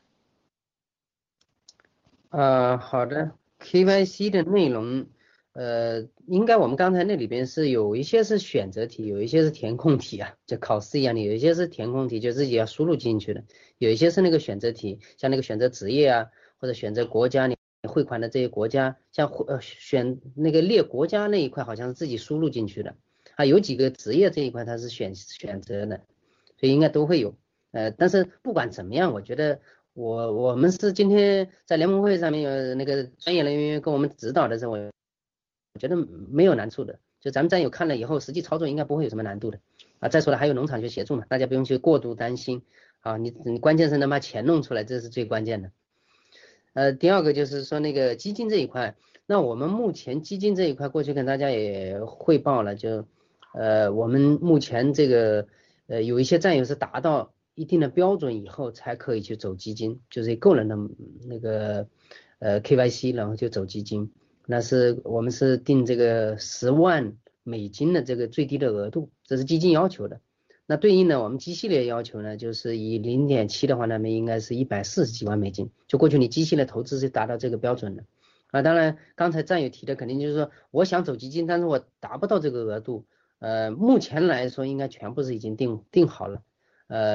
好的 ，KYC 的内容，应该我们刚才那里边是有一些是选择题，有一些是填空题啊，就考试一样的，有一些是填空题，就自己要输入进去的，有一些是那个选择题，像那个选择职业啊，或者选择国家，你汇款的这些国家，像选那个列国家那一块好像是自己输入进去的，有几个职业这一块它是选择的，所以应该都会有，但是不管怎么样，我觉得。我们是今天在联盟会上面有那个专业人员跟我们指导的时候，我觉得没有难处的，就咱们战友看了以后，实际操作应该不会有什么难度的再说了，还有农场去协助嘛，大家不用去过度担心你关键是能把钱弄出来，这是最关键的。第二个就是说那个基金这一块，那我们目前基金这一块过去跟大家也汇报了，就我们目前这个有一些战友是达到一定的标准以后才可以去走基金，就是个人的那个KYC， 然后就走基金。那是我们是定这个10万美金的这个最低的额度，这是基金要求的。那对应的我们基系列要求呢，就是以 0.7 的话，那么应该是140几万美金。就过去你基系列投资是达到这个标准的当然刚才战友提的肯定就是说我想走基金，但是我达不到这个额度。目前来说应该全部是已经定好了。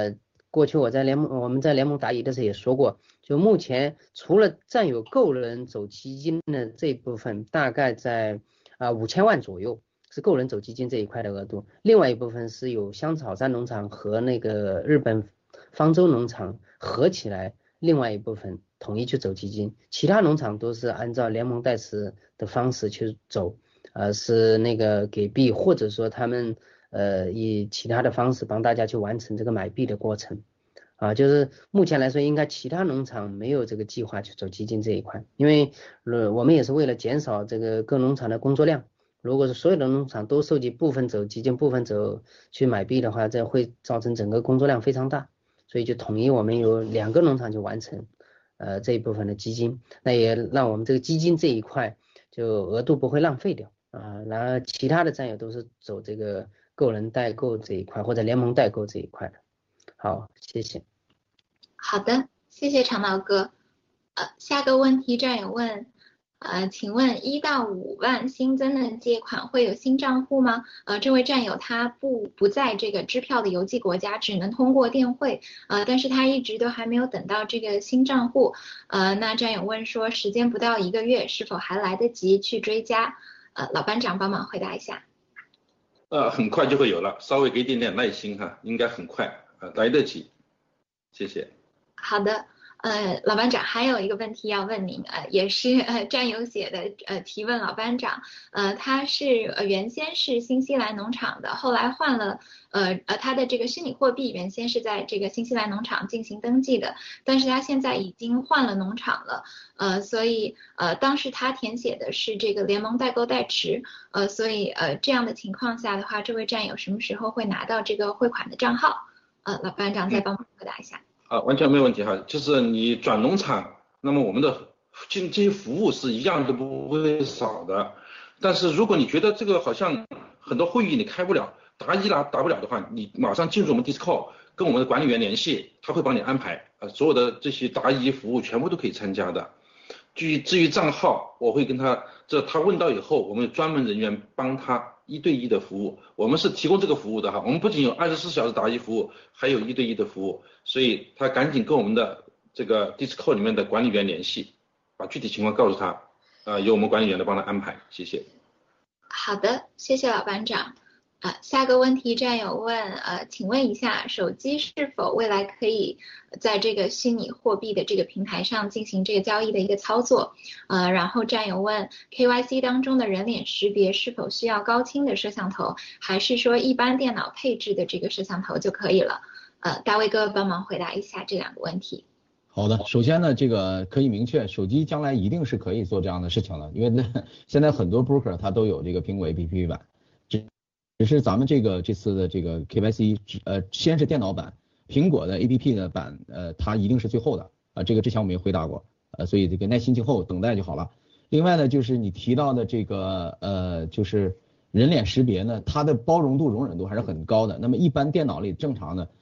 过去我们在联盟答疑的时候也说过，就目前除了占有个人走基金的这一部分，大概在5000万左右是个人走基金这一块的额度，另外一部分是有香草山农场和那个日本方舟农场合起来，另外一部分统一去走基金，其他农场都是按照联盟代持的方式去走，是那个给币，或者说他们以其他的方式帮大家去完成这个买币的过程。就是目前来说，应该其他农场没有这个计划去走基金这一块，因为我们也是为了减少这个各农场的工作量。如果是所有的农场都收集部分走基金，部分走去买币的话，这会造成整个工作量非常大，所以就统一我们有2个农场就完成这一部分的基金，那也让我们这个基金这一块就额度不会浪费掉然后其他的战友都是走这个个人代购这一块或者联盟代购这一块的。好，谢谢。 好的，谢谢长岛哥。下个问题战友问，请问1到5万新增的借款会有新账户吗？这位战友他不在这个支票的邮寄国家，只能通过电汇，但是他一直都还没有等到这个新账户。那战友问说，时间不到1个月，是否还来得及去追加？老班长帮忙回答一下。 很快就会有了，稍微给点耐心哈，应该很快来得及。谢谢。 好的。老班长还有一个问题要问您，也是战友写的提问老班长，他是原先是新西兰农场的，后来换了他的这个虚拟货币原先是在这个新西兰农场进行登记的，但是他现在已经换了农场了，所以当时他填写的是这个联盟代购代持，所以这样的情况下的话，这位战友什么时候会拿到这个汇款的账号？老班长再帮忙回答一下。 完全没有问题哈，就是你转农场，那么我们的这些服务是一样都不会少的。但是如果你觉得这个好像很多会议你开不了，答不了的话，你马上进入我们 Discord， 跟我们的管理员联系，他会帮你安排，所有的这些答疑服务全部都可以参加的。至于账号，我会跟他他问到以后，我们有专门人员帮他1对1的服务，我们是提供这个服务的哈，我们不仅有24小时答疑服务，还有1对1的服务，所以他赶紧跟我们的这个 Discord 里面的管理员联系，把具体情况告诉他，由我们管理员来帮他安排，谢谢。 好的，谢谢老班长。下个问题战友问，请问一下，手机是否未来可以在这个虚拟货币的这个平台上进行这个交易的一个操作？然后战友问 ，KYC 当中的人脸识别是否需要高清的摄像头，还是说一般电脑配置的这个摄像头就可以了？大卫哥帮忙回答一下这2个问题。 好的，首先呢，这个可以明确，手机将来一定是可以做这样的事情了，因为现在很多 broker 它都有这个苹果 APP 版。只是咱们这次的这个 KYC，先是电脑版，苹果的 APP 的版，它一定是最后的这个之前我们也回答过，所以这个耐心静候，等待就好了。另外呢，就是你提到的这个就是人脸识别呢，它的包容度、容忍度还是很高的。那么一般电脑里正常的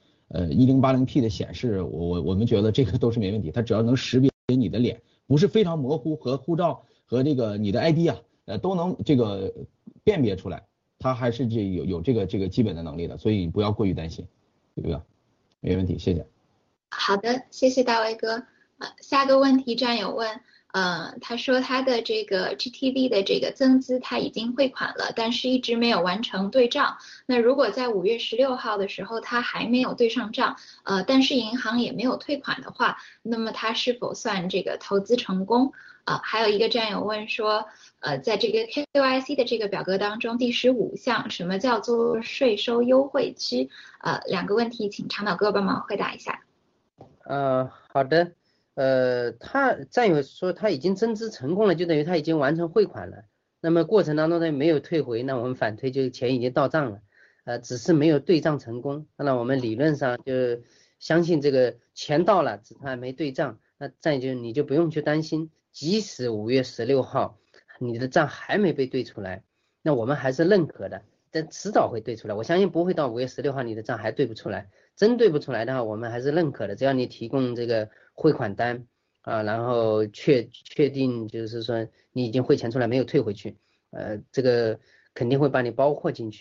1080P 的显示，我们觉得这个都是没问题，它只要能识别你的脸，不是非常模糊，和护照和这个你的 ID 都能这个辨别出来。他还是有这个基本的能力的，所以不要过于担心，对不对？没问题，谢谢。 好的，谢谢大卫哥。下个问题战友问，他说他的这个 GTV 的这个增资他已经汇款了，但是一直没有完成对账。那如果在5月16号的时候他还没有对上账，但是银行也没有退款的话，那么他是否算这个投资成功？还有一个战友问说，在这个 KYC 的这个表格当中，第15项什么叫做税收优惠区？2个问题，请长岛哥帮忙回答一下。 好的，他战友说他已经增资成功了，就等于他已经完成汇款了。那么过程当中他没有退回，那我们反推就钱已经到账了，只是没有对账成功。那我们理论上就相信这个钱到了，只是还没对账。那再就你就不用去担心，即使5月16号你的账还没被对出来，那我们还是认可的，但迟早会对出来。我相信不会到5月16号你的账还对不出来，真对不出来的话，我们还是认可的。只要你提供这个汇款单然后确定就是说你已经汇钱出来没有退回去，这个肯定会把你包括进去的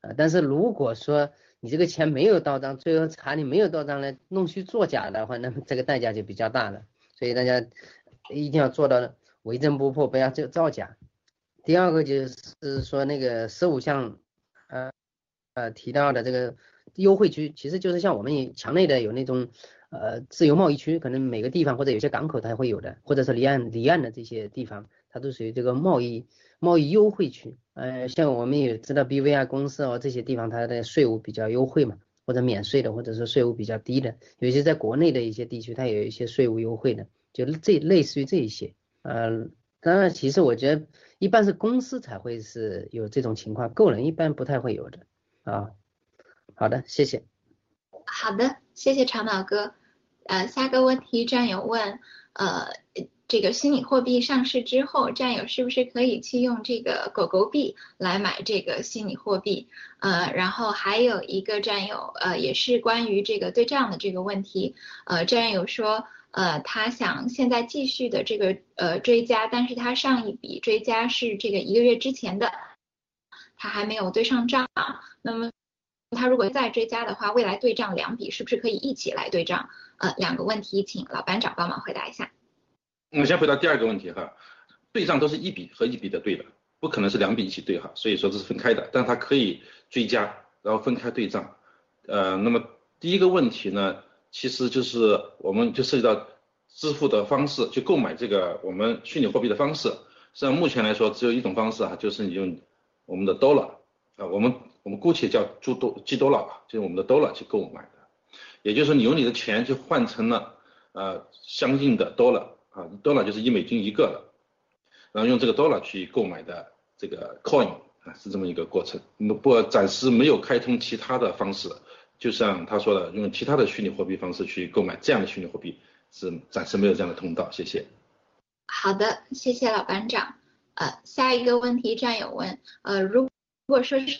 但是如果说你这个钱没有到账，最后查你没有到账呢，弄虚作假的话，那么这个代价就比较大了。所以大家一定要做到为真不破，不要造假。第二个就是说那个15项提到的这个优惠区，其实就是像我们墙内的有那种自由贸易区，可能每个地方或者有些港口它会有的，或者是离岸的这些地方，它都属于这个贸易优惠区。像我们也知道 BVI 公司这些地方它的税务比较优惠嘛，或者免税的，或者是税务比较低的，有些在国内的一些地区它有一些税务优惠的，就类似于这一些。当然其实我觉得一般是公司才会是有这种情况，个人一般不太会有的。好的，谢谢。 好的，谢谢长岛哥。下个问题战友问，这个虚拟货币上市之后，战友是不是可以去用这个狗狗币来买这个虚拟货币？然后还有一个战友，也是关于这个对账的这个问题。战友说，他想现在继续的这个追加，但是他上一笔追加是这个1个月之前的，他还没有对上账。那么他如果再追加的话，未来对账2笔是不是可以一起来对账？2个问题，请老班长帮忙回答一下。 我先回答第2个问题哈，对账都是一笔和一笔的对的，不可能是2笔一起对哈，所以说这是分开的，但它可以追加，然后分开对账。那么第一个问题呢，其实就是我们就涉及到支付的方式，去购买这个我们虚拟货币的方式。实际上目前来说只有一种方式哈，就是你用我们的 dollar，我们姑且叫G dollar 吧，就是我们的 dollar 去购买的，也就是说你用你的钱去换成了相应的 dollar 就是1美金1个了，然后用这个 dollar 去购买的这个 coin 是这么一个过程。不过暂时没有开通其他的方式，就像他说的，用其他的虚拟货币方式去购买这样的虚拟货币是暂时没有这样的通道。谢谢。 好的，谢谢老班长。下一个问题战友问，如果说是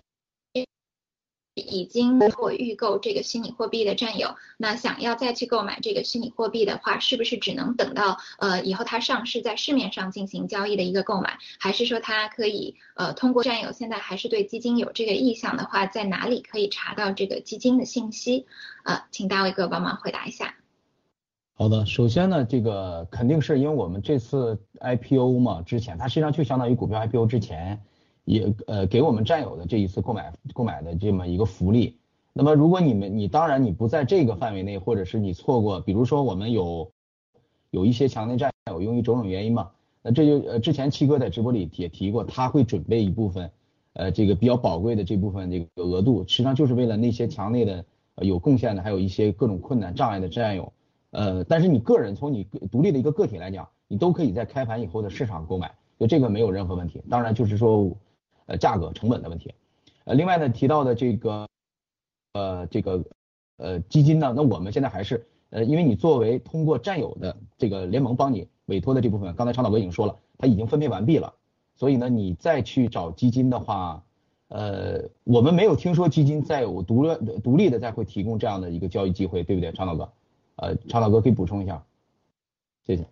已经做预购这个虚拟货币的战友，那想要再去购买这个虚拟货币的话，是不是只能等到以后它上市在市面上进行交易的一个购买，还是说它可以通过战友现在还是对基金有这个意向的话，在哪里可以查到这个基金的信息？请大卫哥帮忙回答一下。 好的，首先呢，这个肯定是因为我们这次 IPO 嘛，之前它实际上就相当于股票 IPO 之前也给我们战友的这一次购买的这么一个福利。那么如果你当然你不在这个范围内，或者是你错过，比如说我们有一些墙内战友由于种种原因嘛，那这就之前七哥在直播里也提过，他会准备一部分这个比较宝贵的这部分这个额度，实际上就是为了那些墙内的有贡献的，还有一些各种困难障碍的战友。但是你个人从你独立的一个个体来讲，你都可以在开盘以后的市场购买，就这个没有任何问题。当然就是说价格成本的问题。另外呢提到的这个基金呢，那我们现在还是因为你作为通过战友的这个联盟帮你委托的这部分，刚才常导哥已经说了，它已经分配完毕了，所以呢你再去找基金的话，我们没有听说基金再有独立的再会提供这样的一个交易机会，对不对，常导哥？常导哥可以补充一下，谢谢。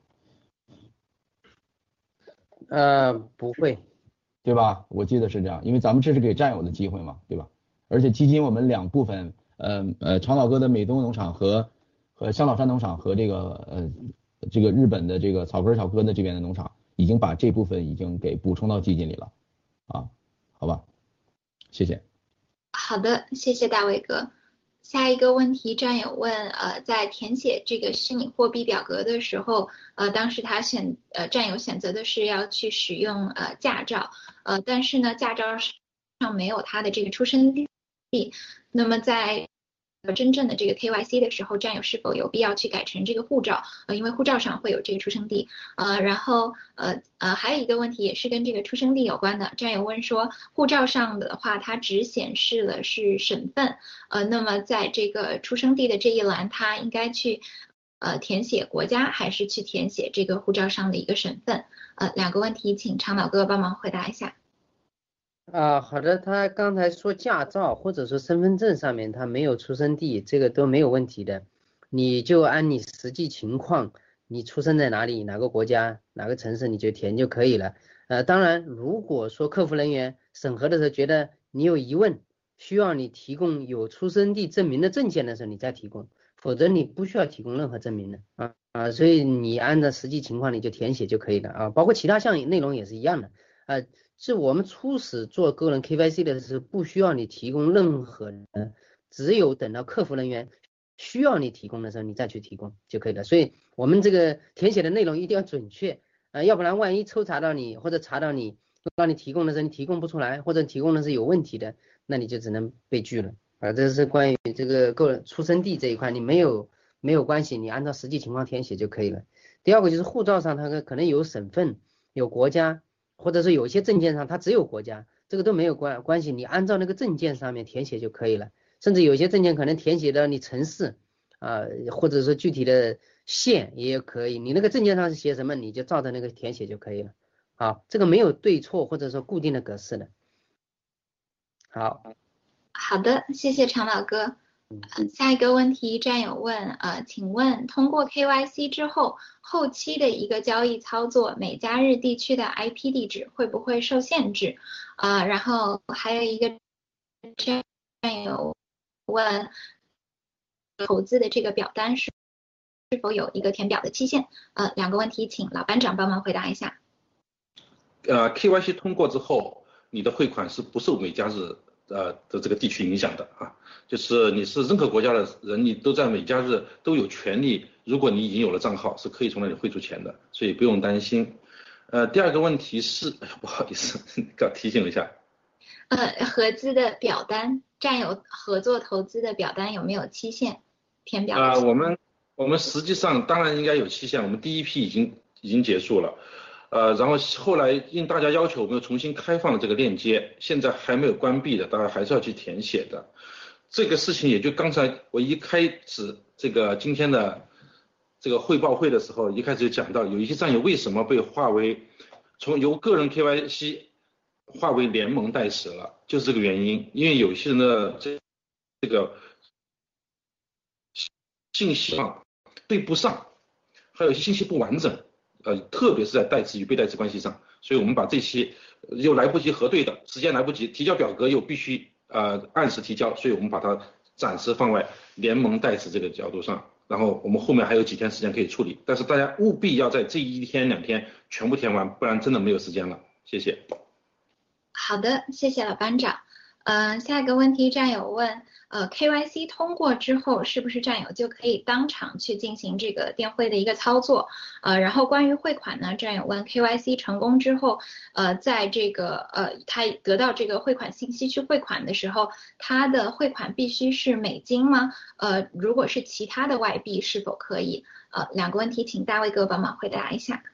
不会， 对吧？我记得是这样，因为咱们这是给战友的机会嘛，对吧？而且基金我们2部分，常导哥的美东农场和香岛山农场和这个日本的这个草根小哥的这边的农场，已经把这部分已经给补充到基金里了，好吧，谢谢。 好的，谢谢大卫哥。下一个问题，战友问，在填写这个虚拟货币表格的时候，当时他战友选择的是要去使用驾照，但是呢，驾照上没有他的这个出生地，那么在真正的这个 KYC 的时候，战友是否有必要去改成这个护照？因为护照上会有这个出生地。然后还有一个问题也是跟这个出生地有关的，战友问说，护照上的话，它只显示了是省份，那么在这个出生地的这一栏，它应该去填写国家，还是去填写这个护照上的一个省份？2个问题，请常导哥帮忙回答一下。 好的，他刚才说驾照或者说身份证上面他没有出生地，这个都没有问题的，你就按你实际情况，你出生在哪里，哪个国家，哪个城市，你就填就可以了。当然，如果说客服人员审核的时候觉得你有疑问，需要你提供有出生地证明的证件的时候，你再提供，否则你不需要提供任何证明的所以你按照实际情况你就填写就可以了包括其他项内容也是一样的是我们初始做个人 KYC 的时候，不需要你提供任何的，只有等到客服人员需要你提供的时候，你再去提供就可以了。所以我们这个填写的内容一定要准确要不然万一抽查到你或者查到你让你提供的时候你提供不出来，或者提供的是有问题的，那你就只能被拒了这是关于这个个人出生地这一块，你没有关系，你按照实际情况填写就可以了。第二个就是护照上它可能有省份有国家，或者是有些证件上它只有国家，这个都没有关系，你按照那个证件上面填写就可以了。甚至有些证件可能填写到你城市或者说具体的县也可以，你那个证件上是写什么你就照着那个填写就可以了这个没有对错或者说固定的格式的。 好的，谢谢常老哥。下一个问题，战友问请问通过 KYC 之后，后期的一个交易操作，美加日地区的 IP 地址会不会受限制然后还有一个战友问投资的这个表单是否有一个填表的期限两个问题请老班长帮忙回答一下。 KYC 通过之后，你的汇款是不受美加日的这个地区影响的就是你是任何国家的人，你都在美加日都有权利，如果你已经有了账号，是可以从那里汇出钱的，所以不用担心。第二个问题是，不好意思，刚提醒了一下。 合资的表单，战友合作投资的表单有没有期限？填表的我们实际上当然应该有期限，我们第一批已经结束了。然后后来应大家要求，我们又重新开放了这个链接，现在还没有关闭的，大家还是要去填写的。这个事情也就刚才我一开始这个今天的这个汇报会的时候，一开始就讲到，有一些战友为什么被划为由个人 KYC 划为联盟代持了，就是这个原因。因为有些人的这个信息对不上，还有一些信息不完整。特别是在代持与被代持关系上，所以我们把这些又来不及核对的，时间来不及，提交表格又必须按时提交，所以我们把它暂时放在联盟代持这个角度上，然后我们后面还有几天时间可以处理，但是大家务必要在这1天2天全部填完，不然真的没有时间了。谢谢。 好的，谢谢老班长。下一个问题，战友问KYC 通过之后，是不是战友就可以当场去进行这个电汇的一个操作？然后关于汇款呢，战友问 KYC 成功之后，在这个他得到这个汇款信息去汇款的时候，他的汇款必须是美金吗？如果是其他的外币是否可以？两个问题，请大卫哥帮忙回答一下。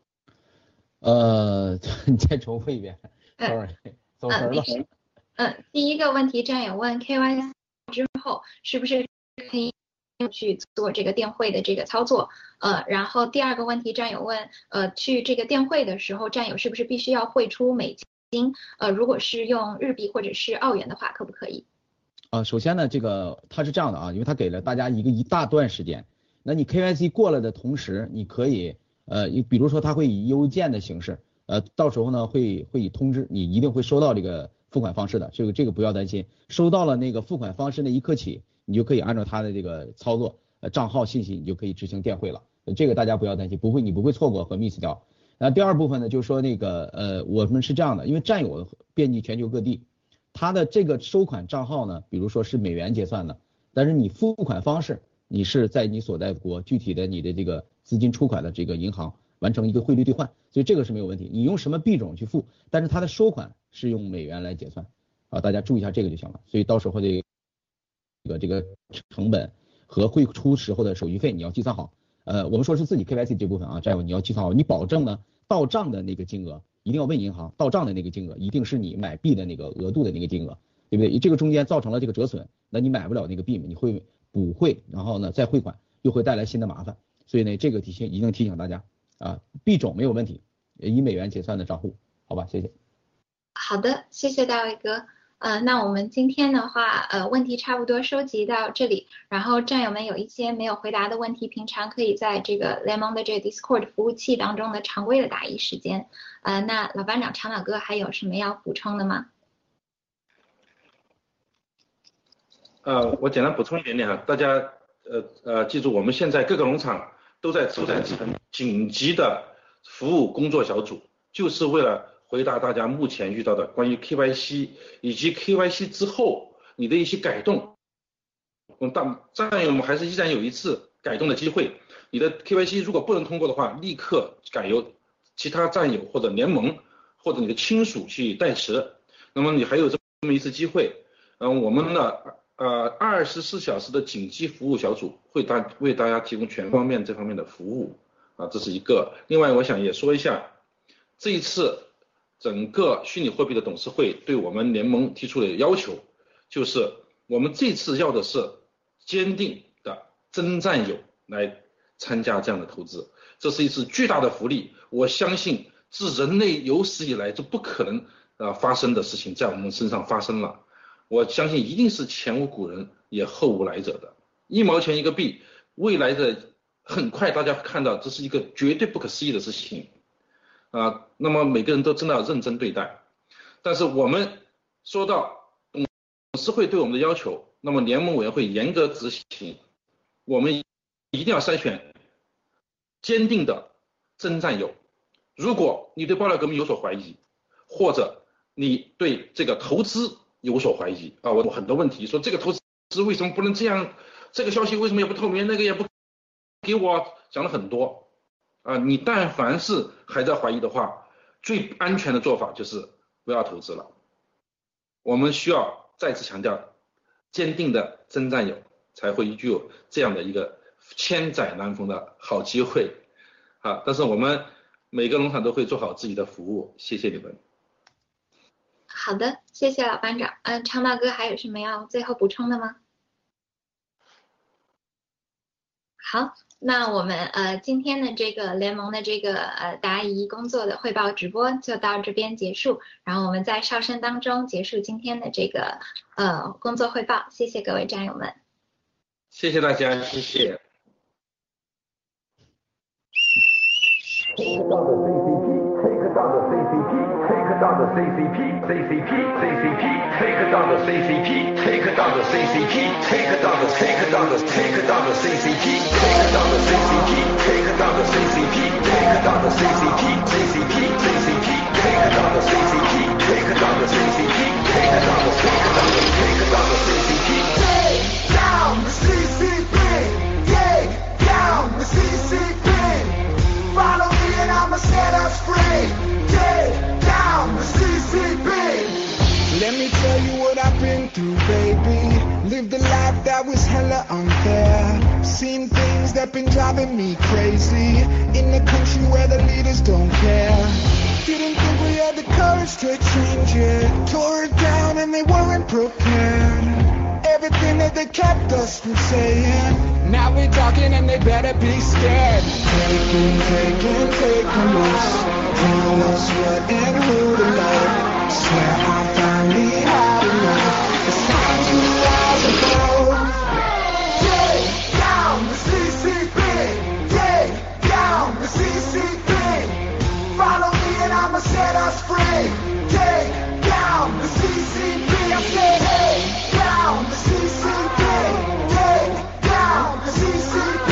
你再重复一遍。Sorry， 走神了。 第一个问题，战友问 KYC 之后是不是可以去做这个电汇的这个操作？然后第二个问题，战友问去这个电汇的时候，战友是不是必须要汇出美金？如果是用日币或者是澳元的话，可不可以？ 首先呢，这个它是这样的因为它给了大家一大段时间，那你 KYC 过了的同时，你可以比如说它会以邮件的形式，到时候呢会以通知，你一定会收到这个付款方式的，这个不要担心，收到了那个付款方式那一刻起，你就可以按照它的这个操作，账号信息你就可以执行电汇了，这个大家不要担心，你不会错过和 miss 掉。那第二部分呢，就是说那个我们是这样的，因为战友遍及全球各地，他的这个收款账号呢，比如说是美元结算的，但是你付款方式你是在你所在国具体的你的这个资金出款的这个银行完成一个汇率兑换，所以这个是没有问题，你用什么币种去付，但是它的收款是用美元来结算大家注意一下这个就行了。所以到时候这个成本和汇出时候的手续费你要计算好。我们说是自己 KYC 这部分战友你要计算好，你保证呢到账的那个金额一定要问银行，到账的那个金额一定是你买币的那个额度的那个金额，对不对？这个中间造成了这个折损，那你买不了那个币，你会补汇，然后呢再汇款又会带来新的麻烦，所以呢这个一定提醒大家币种没有问题，以美元结算的账户，好吧，谢谢。 好的，谢谢大卫哥。那我们今天的话，问题差不多收集到这里，然后战友们有一些没有回答的问题，平常可以在这个联盟的这个 Discord 服务器当中的常规的答疑时间。那老班长、常老哥还有什么要补充的吗？ 我简单补充一点点哈，大家记住，我们现在各个农场都在成紧急的服务工作小组，就是为了回答大家目前遇到的关于 KYC 以及 KYC 之后你的一些改动。战友们还是依然有一次改动的机会，你的 KYC 如果不能通过的话，立刻改由其他战友或者联盟或者你的亲属去代持，那么你还有这么一次机会。我们的24小时的紧急服务小组会为大家提供全方面这方面的服务这是一个。另外我想也说一下，这一次整个虚拟货币的董事会对我们联盟提出的要求，就是我们这次要的是坚定的真战友来参加这样的投资，这是一次巨大的福利，我相信自人类有史以来就不可能发生的事情在我们身上发生了，我相信一定是前无古人也后无来者的，1毛钱一个币，未来的很快大家看到这是一个绝对不可思议的事情那么每个人都真的要认真对待。但是我们说到董事会对我们的要求，那么联盟委员会严格执行，我们一定要筛选坚定的真战友。如果你对爆料革命有所怀疑，或者你对这个投资有所怀疑我很多问题，说这个投资为什么不能这样，这个消息为什么也不透明，那个也不给我讲了很多你但凡是还在怀疑的话，最安全的做法就是不要投资了。我们需要再次强调，坚定的真战友才会具有这样的一个千载难逢的好机会但是我们每个农场都会做好自己的服务，谢谢你们。 好的，谢谢老班长。长毛哥还有什么要最后补充的吗？好，那我们今天的这个联盟的这个答疑工作的汇报直播就到这边结束，然后我们在哨声当中结束今天的这个工作汇报，谢谢各位战友们。 谢谢大家，谢谢。 Take down the CCP, CCP, CCP, take down the CCP, take down the CCP, take down the CCP, take down the CCP, take down the CCP, take down the CCP, take down the CCP, take down the CCP, CCP, CCP, take down the CCP, take down the CCP, take down the CCP, Take down the CCP, take down the CCP. Follow me and I'ma set us free. Take down the CCP. Let me tell you what I've been through, baby. Lived a life that was hella unfair. Seen things that been driving me crazy. In a country where the leaders don't care. Didn't think we had the courage to change it. Tore it down and they weren't prepared. Everything that they kept us from saying, now we're talking and they better be scared. Taking us. Tell us what and who to love. Swear I finally had enough. It's time to rise above. Take down the CCP. Take down the CCP. Follow me and I'ma set us free. Take down the CCP. I said, take down the CCP. Take down the CCP.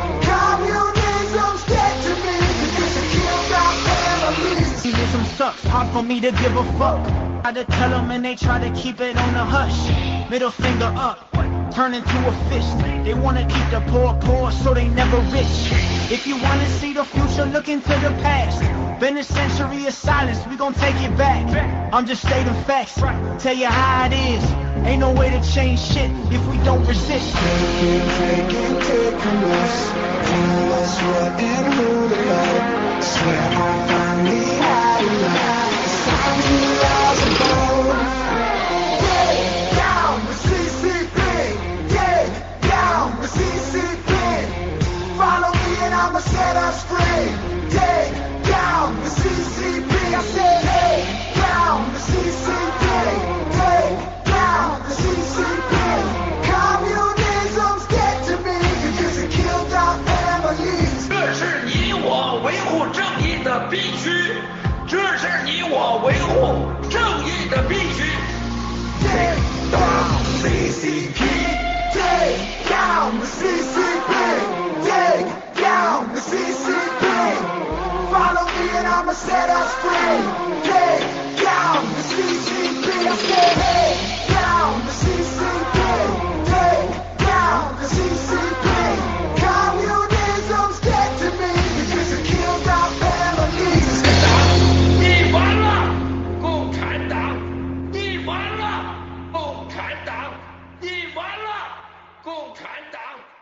Communism's dead to me because it killed our families. Communism sucks, hard for me to give a fuck. Try to tell them and they try to keep it on the hush. Middle finger up, turn into a fist. They wanna keep the poor so they never rich. If you wanna see the future, look into the past. Been a century of silence, we gon' take it back. I'm just stating facts, tell you how it is. Ain't no way to change shit if we don't resist. Taking us. Tell us what and who to love. Swear I finally had enough. It's time to rise above. Take down the CCP. Take down the CCP. Follow me and I'ma set us free. Take down the CCP. I said, take down the CCP. Take down the CCP. Communism's dead to me because it killed our families. 这是你我维护正义的必须，这是你我维护正义的必须。 Take down the CCP. Take down the CCP. Follow me and I'ma set us free. Take down the CCP. I said, hey, down the CCP. Take down the CCP. Communism's dead to me because it killed our families. 你完了，共产党！你完了，共产党！你完了，共产党！